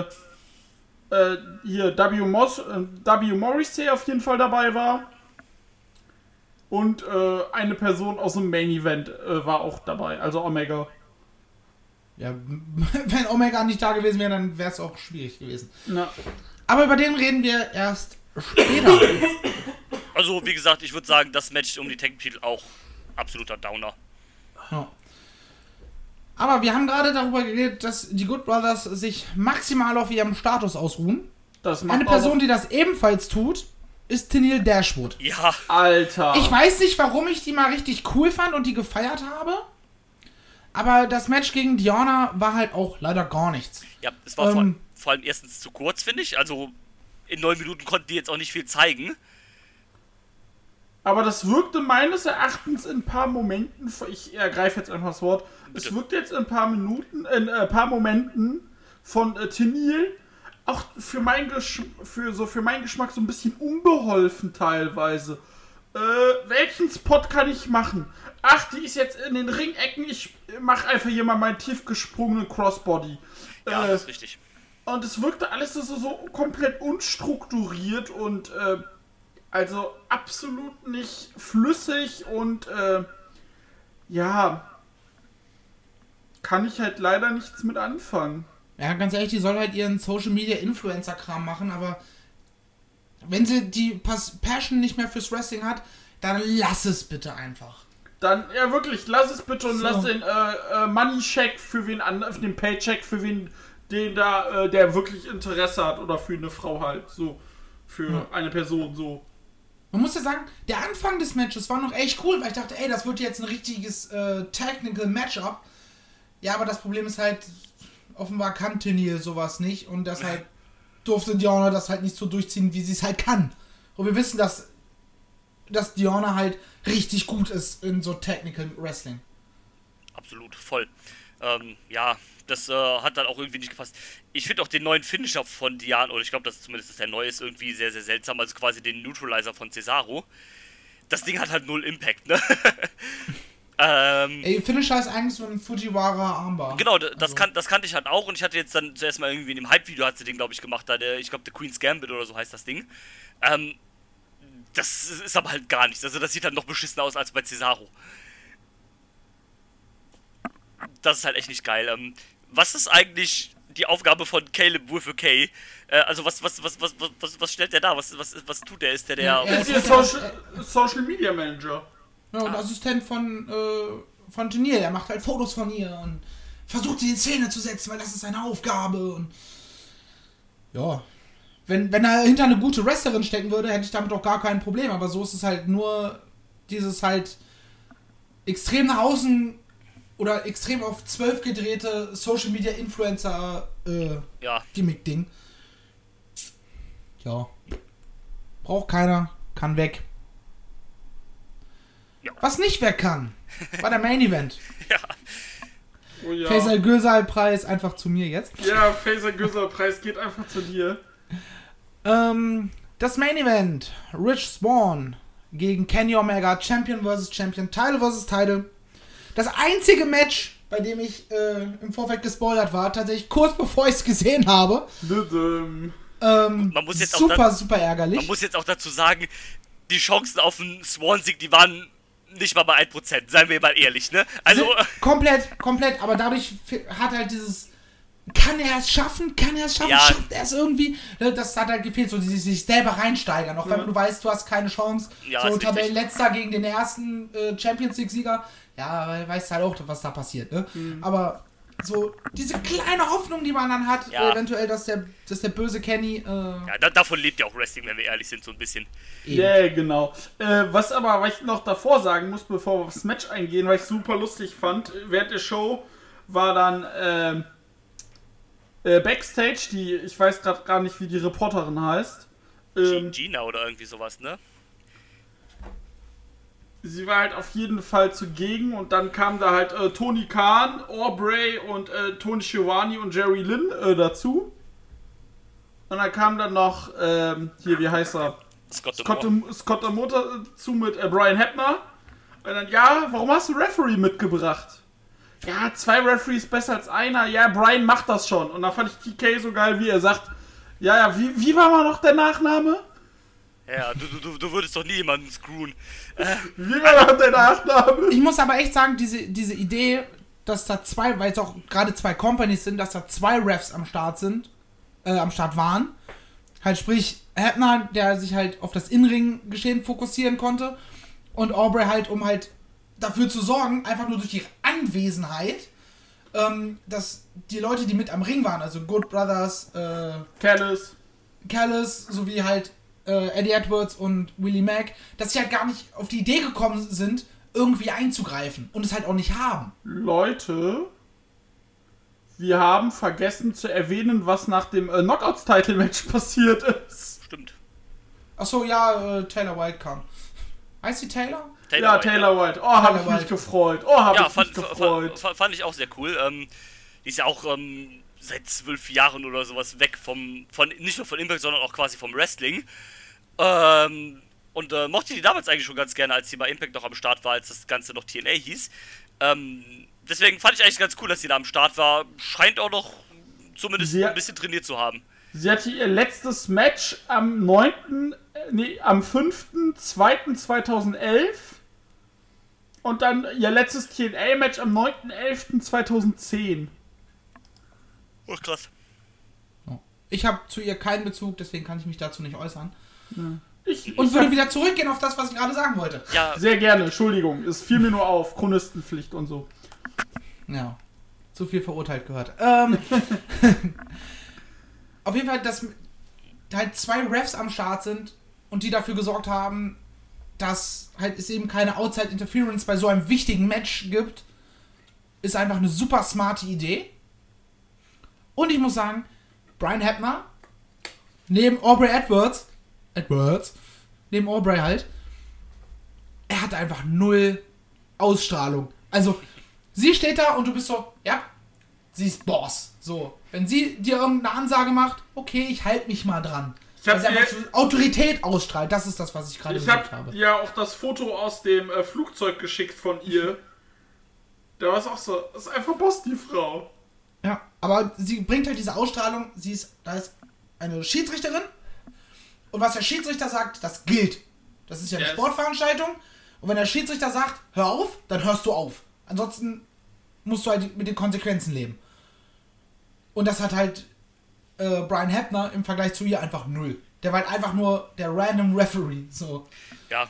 hier W. Morrissey auf jeden Fall dabei war. Und eine Person aus dem Main Event war auch dabei, also Omega. Ja, wenn Omega nicht da gewesen wäre, dann wäre es auch schwierig gewesen. Na. Aber über den reden wir erst später. Also, wie gesagt, ich würde sagen, das Match um die Tag-Titel auch absoluter Downer. Ja. Aber wir haben gerade darüber geredet, dass die Good Brothers sich maximal auf ihrem Status ausruhen. Das macht Eine Person, die das ebenfalls tut, ist Tenille Dashwood. Ja, Alter. Ich weiß nicht, warum ich die mal richtig cool fand und die gefeiert habe. Aber das Match gegen Diana war halt auch leider gar nichts. ja, es war vor allem erstens zu kurz, finde ich. Also, in 9 Minuten konnten die jetzt auch nicht viel zeigen. Aber das wirkte meines Erachtens in ein paar Momenten, ich ergreife jetzt einfach das Wort, es wirkte jetzt in ein paar Momenten von Tenniel auch für meinen Geschmack so ein bisschen unbeholfen teilweise. Welchen Spot kann ich machen? Ach, die ist jetzt in den Ringecken, ich mache einfach hier mal meinen tief gesprungenen Crossbody. Ja, das ist richtig. Und es wirkte alles so komplett unstrukturiert und also absolut nicht flüssig und kann ich halt leider nichts mit anfangen. Ja, ganz ehrlich, die soll halt ihren Social-Media-Influencer-Kram machen, aber wenn sie die Passion nicht mehr fürs Wrestling hat, dann lass es bitte einfach. Dann, ja wirklich, lass es bitte und So. lass den Money-Check für wen anderen, den Paycheck für wen, den da, der wirklich Interesse hat oder für eine Frau halt, so, für eine Person, so. Man muss ja sagen, der Anfang des Matches war noch echt cool, weil ich dachte, ey, das wird jetzt ein richtiges Technical Matchup. Ja, aber das Problem ist halt, offenbar kann Tenniel sowas nicht und deshalb durfte Diana das halt nicht so durchziehen, wie sie es halt kann. Und wir wissen, dass Diana halt richtig gut ist in so Technical Wrestling. Absolut, voll. Ja, das hat dann auch irgendwie nicht gepasst. Ich finde auch den neuen Finisher von Diana, oder ich glaube, dass zumindest der neue ist, irgendwie sehr, sehr seltsam. Also quasi den Neutralizer von Cesaro. Das Ding hat halt null Impact, ne? Ey, Finisher ist eigentlich so ein Fujiwara Armbar. Genau, das kannte ich halt auch. Und ich hatte jetzt dann zuerst mal irgendwie in dem Hype-Video hat sie den, glaube ich, gemacht. Da ich glaube, The Queen's Gambit oder so heißt das Ding. Das ist aber halt gar nichts. Also das sieht halt noch beschissener aus als bei Cesaro. Das ist halt echt nicht geil. Was ist eigentlich die Aufgabe von Caleb With a K? Also was stellt der da? Was tut der? Ist der Ja, Ist ihr Social Media Manager. Ja, und Assistent von Tenniel. Er macht halt Fotos von ihr und versucht sie in Szene zu setzen, weil das ist seine Aufgabe. Und ja, wenn er hinter eine gute Wrestlerin stecken würde, hätte ich damit auch gar kein Problem. Aber so ist es halt nur dieses halt extrem nach außen oder extrem auf 12 gedrehte Social Media Influencer Gimmick-Ding. Ja. Braucht keiner, kann weg. Ja. Was nicht weg kann, war der Main Event. Ja. Oh ja. Faisal Gösal-Preis einfach zu mir jetzt. Ja, Faisal Gösal-Preis geht einfach zu dir. Das Main Event. Rich Swann gegen Kenny Omega. Champion vs. Champion. Title vs. Title. Das einzige Match, bei dem ich im Vorfeld gespoilert war, tatsächlich kurz bevor ich es gesehen habe. Man muss jetzt super ärgerlich. Man muss jetzt auch dazu sagen, die Chancen auf einen Swan-Sieg, die waren nicht mal bei 1%, seien wir mal ehrlich, ne? Also komplett, aber dadurch hat halt dieses, kann er es schaffen, Ja. schafft er es irgendwie, das hat halt gefehlt, so dieses sich selber reinsteigern, auch wenn du weißt, du hast keine Chance, Ja, so ist Tabellenletzter gegen den ersten Champions League-Sieger, ja, weil weißt halt auch, was da passiert, ne? Aber so diese kleine Hoffnung, die man dann hat, Ja. eventuell, dass der böse Kenny ja, davon lebt ja auch Wrestling, wenn wir ehrlich sind, so ein bisschen. Ja, yeah, genau. Was ich noch davor sagen muss, bevor wir aufs Match eingehen, weil ich super lustig fand, während der Show war dann Backstage, ich weiß gerade gar nicht, wie die Reporterin heißt. Gina oder irgendwie sowas, ne? Sie war halt auf jeden Fall zugegen und dann kam da halt Tony Khan, Aubrey und Tony Schiavone und Jerry Lynn dazu. Und dann kam dann noch, hier, wie heißt er? Scott D'Amore dazu mit Brian Hebner. Und dann, ja, warum hast du Referee mitgebracht? Ja, 2 Referees besser als einer. Ja, Brian macht das schon. Und dann fand ich TK so geil, wie er sagt, ja, wie war mal noch der Nachname? Ja, du würdest doch nie jemanden screwen. Wie war noch der Nachname? Ich muss aber echt sagen, diese Idee, dass da weil es auch gerade 2 Companies sind, dass da 2 Refs am Start waren. Halt sprich, Hebner, der sich halt auf das In-Ring-Geschehen fokussieren konnte und Aubrey halt, um halt dafür zu sorgen, einfach nur durch ihre Anwesenheit, dass die Leute, die mit am Ring waren, also Good Brothers, Callis, sowie halt Eddie Edwards und Willie Mack, dass sie halt gar nicht auf die Idee gekommen sind, irgendwie einzugreifen und es halt auch nicht haben. Leute, wir haben vergessen zu erwähnen, was nach dem Knockouts-Title-Match passiert ist. Stimmt. Achso, ja, Taylor White kam. Heißt die Taylor? Ja, Taylor White. Oh, habe ich mich gefreut. Oh, habe ich mich gefreut. Fand ich auch sehr cool. Die ist ja auch seit 12 Jahren oder sowas weg nicht nur von Impact, sondern auch quasi vom Wrestling. Und mochte die damals eigentlich schon ganz gerne, als sie bei Impact noch am Start war, als das Ganze noch TNA hieß. Deswegen fand ich eigentlich ganz cool, dass sie da am Start war. Scheint auch noch zumindest ein bisschen trainiert zu haben. Sie hatte ihr letztes Match am 5.2.2011 und dann ihr letztes TNA-Match am 9.11.2010. Oh, krass. Ich habe zu ihr keinen Bezug, deswegen kann ich mich dazu nicht äußern. Ja. Und würde wieder zurückgehen auf das, was ich gerade sagen wollte. Ja. Sehr gerne, Entschuldigung. Es fiel mir nur auf. Chronistenpflicht und so. Ja. Zu viel verurteilt gehört. Auf jeden Fall, dass halt 2 Refs am Start sind und die dafür gesorgt haben, dass halt es eben keine Outside Interference bei so einem wichtigen Match gibt, ist einfach eine super smarte Idee. Und ich muss sagen, Brian Hebner, neben Aubrey Edwards, neben Aubrey halt, er hat einfach 0 Ausstrahlung. Also, sie steht da und du bist so, ja, sie ist Boss. So, wenn sie dir irgendeine Ansage macht, okay, ich halte mich mal dran. Weil sie einfach so Autorität ausstrahlt. Das ist das, was ich gerade gesagt habe. Ich habe ja auch das Foto aus dem Flugzeug geschickt von ihr. Da war es auch so, das ist einfach Boss, die Frau. Ja, aber sie bringt halt diese Ausstrahlung, da ist eine Schiedsrichterin und was der Schiedsrichter sagt, das gilt. Das ist ja eine Sportveranstaltung und wenn der Schiedsrichter sagt, hör auf, dann hörst du auf. Ansonsten musst du halt mit den Konsequenzen leben. Und das hat halt Brian Hebner im Vergleich zu ihr einfach 0. Der war halt einfach nur der random Referee. So. Ja.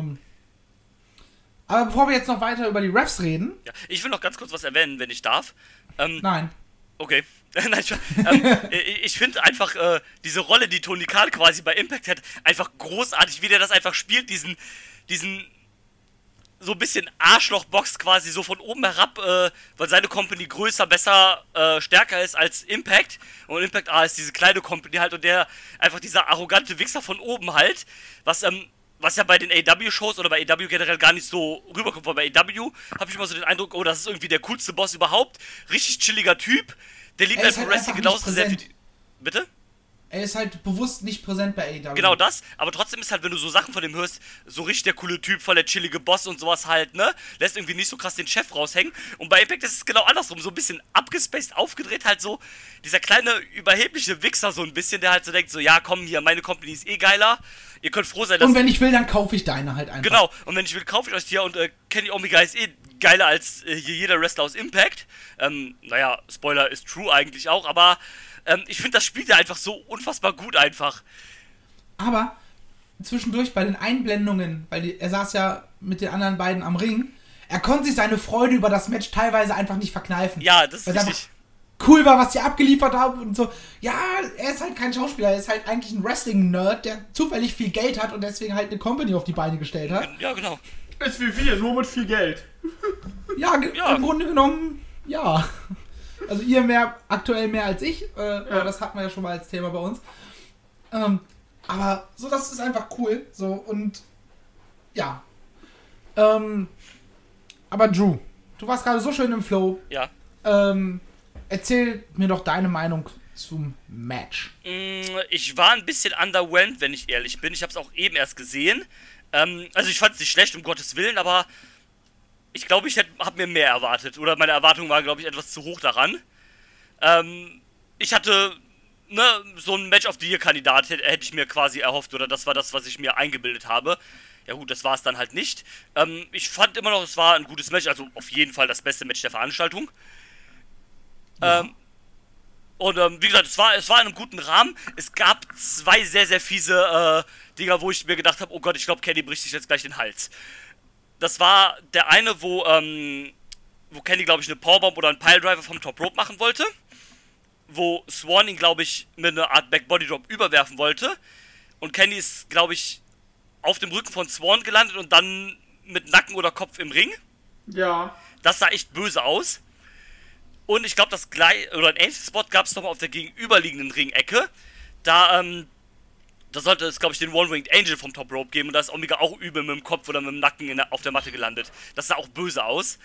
Aber bevor wir jetzt noch weiter über die Refs reden... Ja, ich will noch ganz kurz was erwähnen, wenn ich darf. Nein. Okay. Ich finde einfach diese Rolle, die Tony Khan quasi bei Impact hat, einfach großartig, wie der das einfach spielt, diesen so ein bisschen Arschlochbox quasi so von oben herab, weil seine Company größer, besser, stärker ist als Impact. Und Impact ist diese kleine Company halt und der einfach dieser arrogante Wichser von oben halt, was ja bei den AEW-Shows oder bei AEW generell gar nicht so rüberkommt, weil bei AEW habe ich immer so den Eindruck, oh, das ist irgendwie der coolste Boss überhaupt. Richtig chilliger Typ. Der liebt einfach Wrestling genauso sehr wie die... Bitte? Er ist halt bewusst nicht präsent bei AEW. Genau das, aber trotzdem ist halt, wenn du so Sachen von dem hörst, so richtig der coole Typ, voll der chillige Boss und sowas halt, ne? Lässt irgendwie nicht so krass den Chef raushängen. Und bei Impact ist es genau andersrum, so ein bisschen abgespaced, aufgedreht, halt so dieser kleine, überhebliche Wichser so ein bisschen, der halt so denkt, so, ja, komm hier, meine Company ist eh geiler. Ihr könnt froh sein, dass... Und wenn ich will, dann kaufe ich deine halt einfach. Genau, und wenn ich will, kaufe ich euch die und Kenny Omega ist eh geiler als hier jeder Wrestler aus Impact. Naja, Spoiler ist true eigentlich auch, aber ich finde, das spielt ja einfach so unfassbar gut einfach. Aber zwischendurch bei den Einblendungen, weil er saß ja mit den anderen beiden am Ring, er konnte sich seine Freude über das Match teilweise einfach nicht verkneifen. Ja, das ist richtig. Cool war, was die abgeliefert haben und so. Ja, er ist halt kein Schauspieler, er ist halt eigentlich ein Wrestling-Nerd, der zufällig viel Geld hat und deswegen halt eine Company auf die Beine gestellt hat. Ja, genau. Ist wie wir, nur mit viel Geld. Ja, im Grunde genommen, ja. Also ihr aktuell mehr als ich, aber das hatten wir ja schon mal als Thema bei uns. Aber so, das ist einfach cool. So, und ja. Aber Drew, du warst gerade so schön im Flow. Ja. Erzähl mir doch deine Meinung zum Match. Ich war ein bisschen underwhelmed, wenn ich ehrlich bin. Ich habe es auch eben erst gesehen. Also ich fand es nicht schlecht, um Gottes Willen, aber ich glaube, ich habe mir mehr erwartet. Oder meine Erwartung war, glaube ich, etwas zu hoch daran. Ich hatte, so ein Match of the Year-Kandidat hätte ich mir quasi erhofft. Oder das war das, was ich mir eingebildet habe. Ja gut, das war es dann halt nicht. Ich fand immer noch, es war ein gutes Match. Also auf jeden Fall das beste Match der Veranstaltung. Ja. Und wie gesagt, es war in einem guten Rahmen. Es gab 2 sehr, sehr fiese Dinger, wo ich mir gedacht habe, oh Gott, ich glaube, Kenny bricht sich jetzt gleich den Hals. Das war der eine, wo Kenny, glaube ich, eine Powerbomb oder einen Piledriver vom Top Rope machen wollte. Wo Swan ihn, glaube ich, mit einer Art Back-Body-Drop überwerfen wollte. Und Kenny ist, glaube ich, auf dem Rücken von Swan gelandet und dann mit Nacken oder Kopf im Ring. Ja. Das sah echt böse aus. Und ich glaube, das gleich oder ein ähnliches Spot gab es nochmal auf der gegenüberliegenden Ringecke. Da sollte es, glaube ich, den One-Winged Angel vom Top Rope geben und da ist Omega auch übel mit dem Kopf oder mit dem Nacken auf der Matte gelandet. Das sah auch böse aus.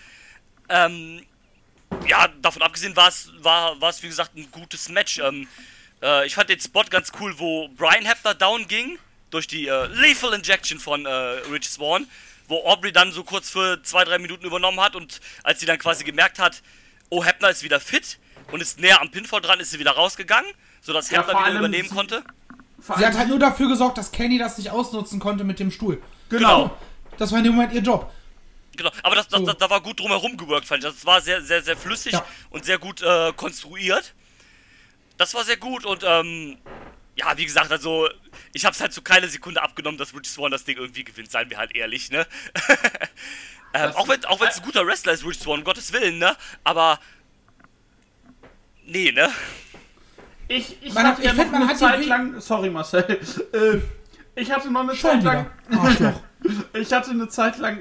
Ja, davon abgesehen war es, wie gesagt, ein gutes Match. Ich fand den Spot ganz cool, wo Brian Hebner down ging durch die Lethal Injection von Rich Swann, wo Aubrey dann so kurz für 2-3 Minuten übernommen hat und als sie dann quasi gemerkt hat, oh, Hebner ist wieder fit und ist näher am Pinfall dran, ist sie wieder rausgegangen, sodass Hebner wieder übernehmen konnte. Sie hat halt nur dafür gesorgt, dass Kenny das nicht ausnutzen konnte mit dem Stuhl. Genau. Das war in dem Moment ihr Job. Genau, aber da war gut drumherum geworkt, fand ich. Das war sehr, sehr, sehr flüssig und sehr gut konstruiert. Das war sehr gut und ja, wie gesagt, also ich hab's halt so keine Sekunde abgenommen, dass Rich Swann das Ding irgendwie gewinnt, seien wir halt ehrlich, ne? Auch wenn es ein guter Wrestler ist, Rich Swann, um Gottes Willen, ne? Aber nee, ne? Ich hatte ja noch eine Zeit lang... Sorry, Marcel. Ich hatte noch eine Zeit lang... Ich hatte eine Zeit lang,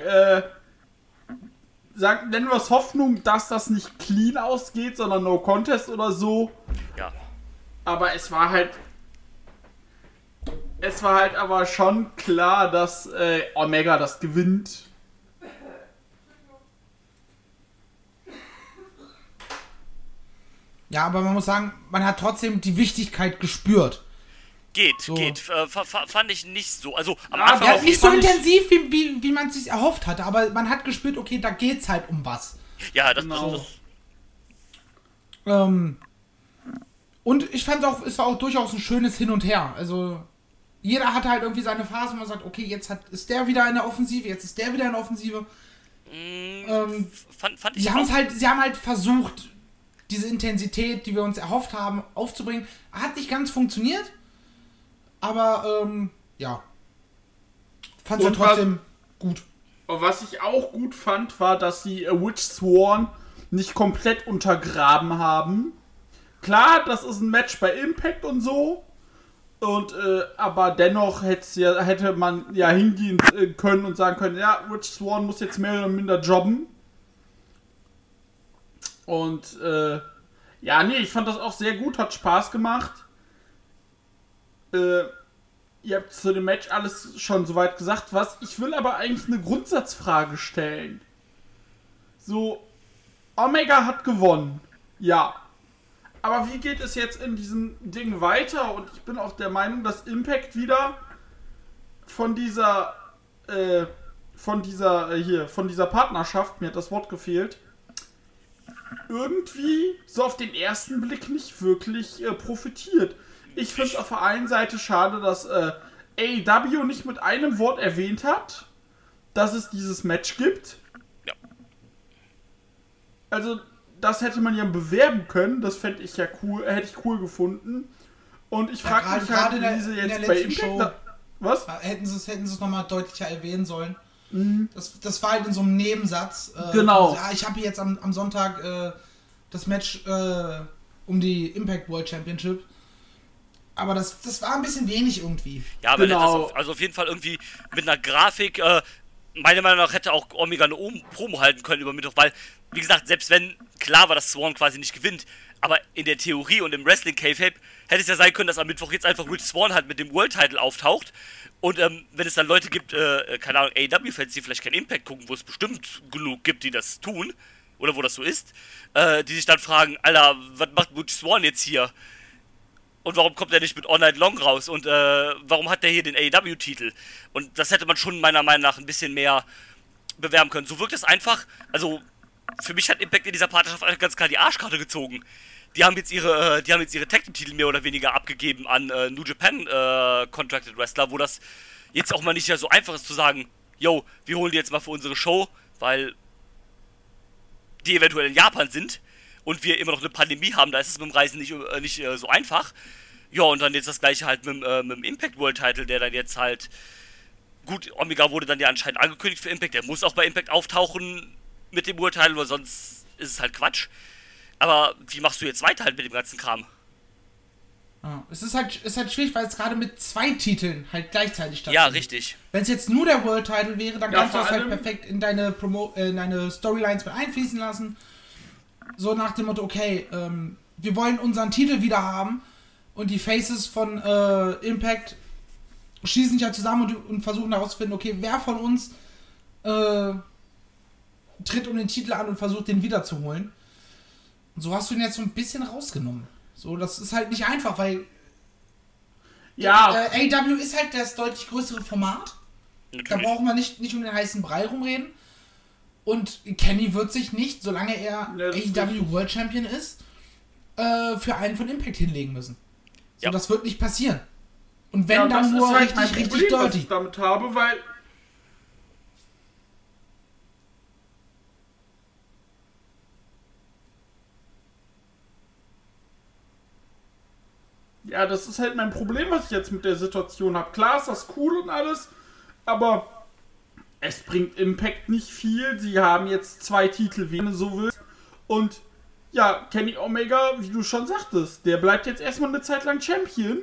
nennen wir es Hoffnung, dass das nicht clean ausgeht, sondern No Contest oder so. Ja. Aber es war halt aber schon klar, dass Omega das gewinnt. Ja, aber man muss sagen, man hat trotzdem die Wichtigkeit gespürt. Geht. Fand ich nicht so. Also am Anfang ja, nicht so intensiv, wie man es sich erhofft hatte, aber man hat gespürt, okay, da geht's halt um was. Ja, das und ich fand auch, es war auch durchaus ein schönes Hin und Her. Also jeder hatte halt irgendwie seine Phase, wo man sagt, okay, jetzt ist der wieder in der Offensive, jetzt ist der wieder in der Offensive. Fand ich sie haben halt versucht, diese Intensität, die wir uns erhofft haben, aufzubringen. Hat nicht ganz funktioniert, aber ja. Fand es ja trotzdem gut. Was ich auch gut fand, war, dass sie Rich Swann nicht komplett untergraben haben. Klar, das ist ein Match bei Impact und so. Und aber dennoch hätte man ja hingehen können und sagen können, ja, Rich Swann muss jetzt mehr oder minder jobben. Und ja, nee, ich fand das auch sehr gut, hat Spaß gemacht. Ihr habt zu dem Match alles schon soweit gesagt. Ich will aber eigentlich eine Grundsatzfrage stellen. So, Omega hat gewonnen. Ja. Aber wie geht es jetzt in diesem Ding weiter? Und ich bin auch der Meinung, dass Impact wieder von dieser Partnerschaft, mir hat das Wort gefehlt, irgendwie so auf den ersten Blick nicht wirklich profitiert. Ich finde es auf der einen Seite schade, dass AEW nicht mit einem Wort erwähnt hat, dass es dieses Match gibt. Ja. Also, das hätte man ja bewerben können, das fände ich ja cool, hätte ich cool gefunden. Und ich frage mich halt, wie sie jetzt bei Impact... Was? Hätten sie es nochmal deutlicher erwähnen sollen. Mhm. Das war halt in so einem Nebensatz. Genau. Ja, ich habe jetzt am Sonntag das Match um die Impact World Championship. Aber das war ein bisschen wenig irgendwie. Ja, aber das also auf jeden Fall irgendwie mit einer Grafik, meiner Meinung nach hätte auch Omega eine Promo halten können über Mittwoch, weil, wie gesagt, selbst wenn klar war, dass Swann quasi nicht gewinnt, aber in der Theorie und im Wrestling-Kayfabe hätte es ja sein können, dass am Mittwoch jetzt einfach Rich Swann halt mit dem World-Title auftaucht und wenn es dann Leute gibt, keine Ahnung, AEW-Fans, die vielleicht kein Impact gucken, wo es bestimmt genug gibt, die das tun, oder wo das so ist, die sich dann fragen, Alter, was macht Rich Swann jetzt hier? Und warum kommt er nicht mit All Night Long raus? Und warum hat der hier den AEW-Titel? Und das hätte man schon meiner Meinung nach ein bisschen mehr bewerben können. So wirkt es einfach, also für mich hat Impact in dieser Partnerschaft einfach ganz klar die Arschkarte gezogen. Die haben jetzt ihre Tag-Team-Titel mehr oder weniger abgegeben an New Japan Contracted Wrestler, wo das jetzt auch mal nicht so einfach ist zu sagen, yo, wir holen die jetzt mal für unsere Show, weil die eventuell in Japan sind und wir immer noch eine Pandemie haben, da ist es mit dem Reisen nicht so einfach. Ja, und dann jetzt das gleiche halt mit dem Impact World Title, der dann jetzt halt, gut, Omega wurde dann ja anscheinend angekündigt für Impact, der muss auch bei Impact auftauchen mit dem World Title, weil sonst ist es halt Quatsch. Aber wie machst du jetzt weiter halt mit dem ganzen Kram? Ja, es ist halt schwierig, weil es gerade mit 2 Titeln halt gleichzeitig stattfindet. Ja, richtig. Wenn es jetzt nur der World Title wäre, dann Ja, kannst du das vor halt perfekt in deine Storylines mit einfließen lassen. so nach dem Motto, okay, wir wollen unseren Titel wieder haben und die Faces von Impact schließen sich ja zusammen und versuchen herauszufinden, okay, wer von uns tritt um den Titel an und versucht, den wiederzuholen. Und so hast du ihn jetzt so ein bisschen rausgenommen. So, das ist halt nicht einfach, weil AEW ist halt das deutlich größere Format. Natürlich. Da brauchen wir nicht um den heißen Brei rumreden. Und Kenny wird sich nicht, solange er AEW World Champion ist, für einen von Impact hinlegen müssen. So, ja. Das wird nicht passieren. Und wenn, dann nur halt richtig dirty. Was ich damit habe, weil ja, das ist halt mein Problem, was ich jetzt mit der Situation habe. Klar ist das cool und alles, aber es bringt Impact nicht viel. Sie haben jetzt 2 Titel, wenn du so willst. Und ja, Kenny Omega, wie du schon sagtest, der bleibt jetzt erstmal eine Zeit lang Champion.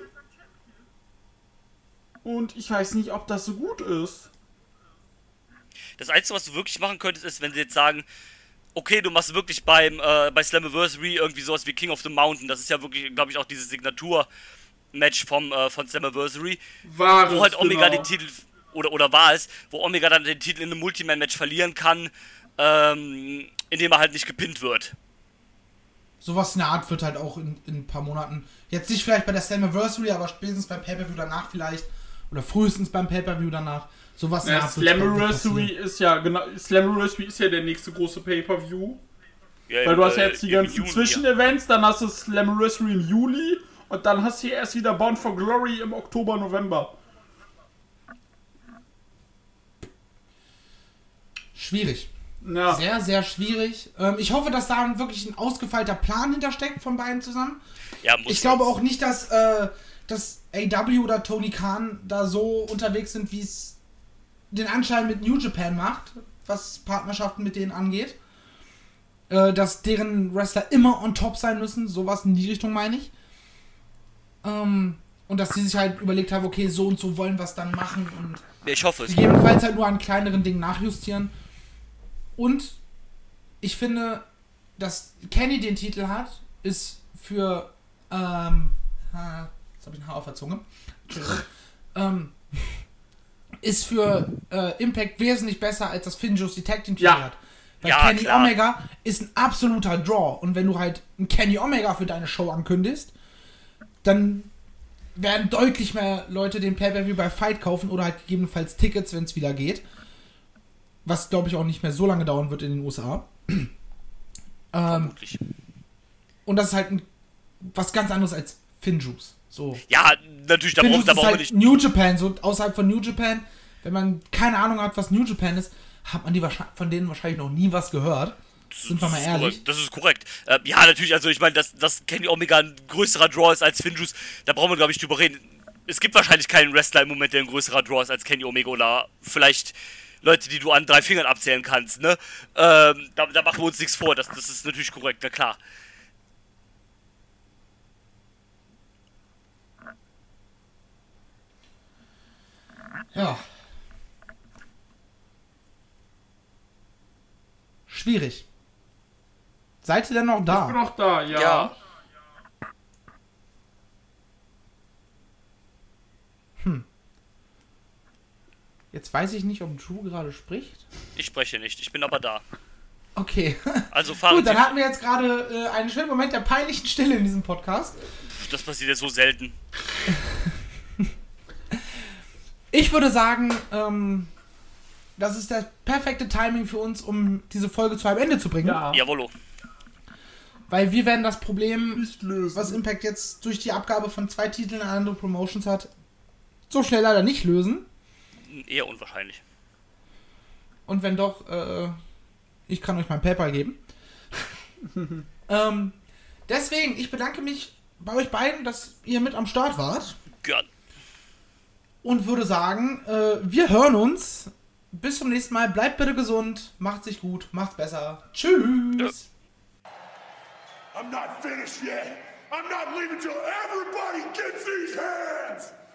Und ich weiß nicht, ob das so gut ist. Das Einzige, was du wirklich machen könntest, ist, wenn sie jetzt sagen, okay, du machst wirklich bei Slammiversary irgendwie sowas wie King of the Mountain. Das ist ja wirklich, glaube ich, auch dieses Signatur-Match von Slammiversary. Wo halt Omega den Titel, oder war es, wo Omega dann den Titel in einem Multiman-Match verlieren kann, indem er halt nicht gepinnt wird. Sowas in der Art wird halt auch in ein paar Monaten, jetzt nicht vielleicht bei der Slammiversary, aber spätestens beim Pay-Per-View danach vielleicht, oder frühestens beim Pay-Per-View danach, sowas in der Art. Slammiversary ist ja, genau, Slammiversary ist ja der nächste große Pay-Per-View. Ja, weil du hast ja jetzt die ganzen Zwischenevents, dann hast du Slammiversary im Juli und dann hast du hier erst wieder Bound for Glory im Oktober, November. Schwierig. Ja. Sehr, sehr schwierig. Ich hoffe, dass da wirklich ein ausgefeilter Plan hintersteckt von beiden zusammen. Ja, ich glaube auch nicht, dass AEW oder Tony Khan da so unterwegs sind, wie es den Anschein mit New Japan macht, was Partnerschaften mit denen angeht. Dass deren Wrestler immer on top sein müssen, sowas in die Richtung meine ich. Und dass die sich halt überlegt haben, okay, so und so wollen wir es dann machen und ich hoffe es. Gegebenenfalls halt nur an kleineren Dingen nachjustieren. Und ich finde, dass Kenny den Titel hat, ist für jetzt habe ich ein Haar auf der Zunge. Ist für Impact wesentlich besser, als das Finjuice die Tag Team Titel hat. Weil Kenny Omega ist ein absoluter Draw. Und wenn du halt einen Kenny Omega für deine Show ankündigst, dann werden deutlich mehr Leute den Pay-Per-View bei Fight kaufen oder halt gegebenenfalls Tickets, wenn es wieder geht. Was, glaube ich, auch nicht mehr so lange dauern wird in den USA. Und das ist halt was ganz anderes als Finjuice. So. Ja, natürlich, da brauchen wir halt nicht. New Japan, so außerhalb von New Japan, wenn man keine Ahnung hat, was New Japan ist, hat man von denen wahrscheinlich noch nie was gehört. Sind wir mal ehrlich. Das ist korrekt. Ja, natürlich, also ich meine, dass Kenny Omega ein größerer Draw ist als Finjuice, da brauchen wir, glaube ich, drüber reden. Es gibt wahrscheinlich keinen Wrestler im Moment, der ein größerer Draw ist als Kenny Omega oder vielleicht Leute, die du an 3 Fingern abzählen kannst, ne? Da machen wir uns nichts vor, das ist natürlich korrekt, na klar. Ja. Schwierig. Seid ihr denn noch da? Ich bin noch da, ja. Ja. Jetzt weiß ich nicht, ob Drew gerade spricht. Ich spreche nicht, ich bin aber da. Okay. Also fahren Gut, dann hatten wir jetzt gerade einen schönen Moment der peinlichen Stille in diesem Podcast. Das passiert ja so selten. Ich würde sagen, das ist das perfekte Timing für uns, um diese Folge zu einem Ende zu bringen. Ja. Jawollo. Weil wir werden das Problem, Nicht lösen. was Impact jetzt durch die Abgabe von 2 Titeln an andere Promotions hat, so schnell leider nicht lösen. Eher unwahrscheinlich. Und wenn doch, ich kann euch mein PayPal geben. Deswegen, ich bedanke mich bei euch beiden, dass ihr mit am Start wart. Gern. Und würde sagen, wir hören uns. Bis zum nächsten Mal. Bleibt bitte gesund. Macht sich gut. Macht's besser. Tschüss. Ja. I'm not finished yet. I'm not leaving till everybody gets these hands.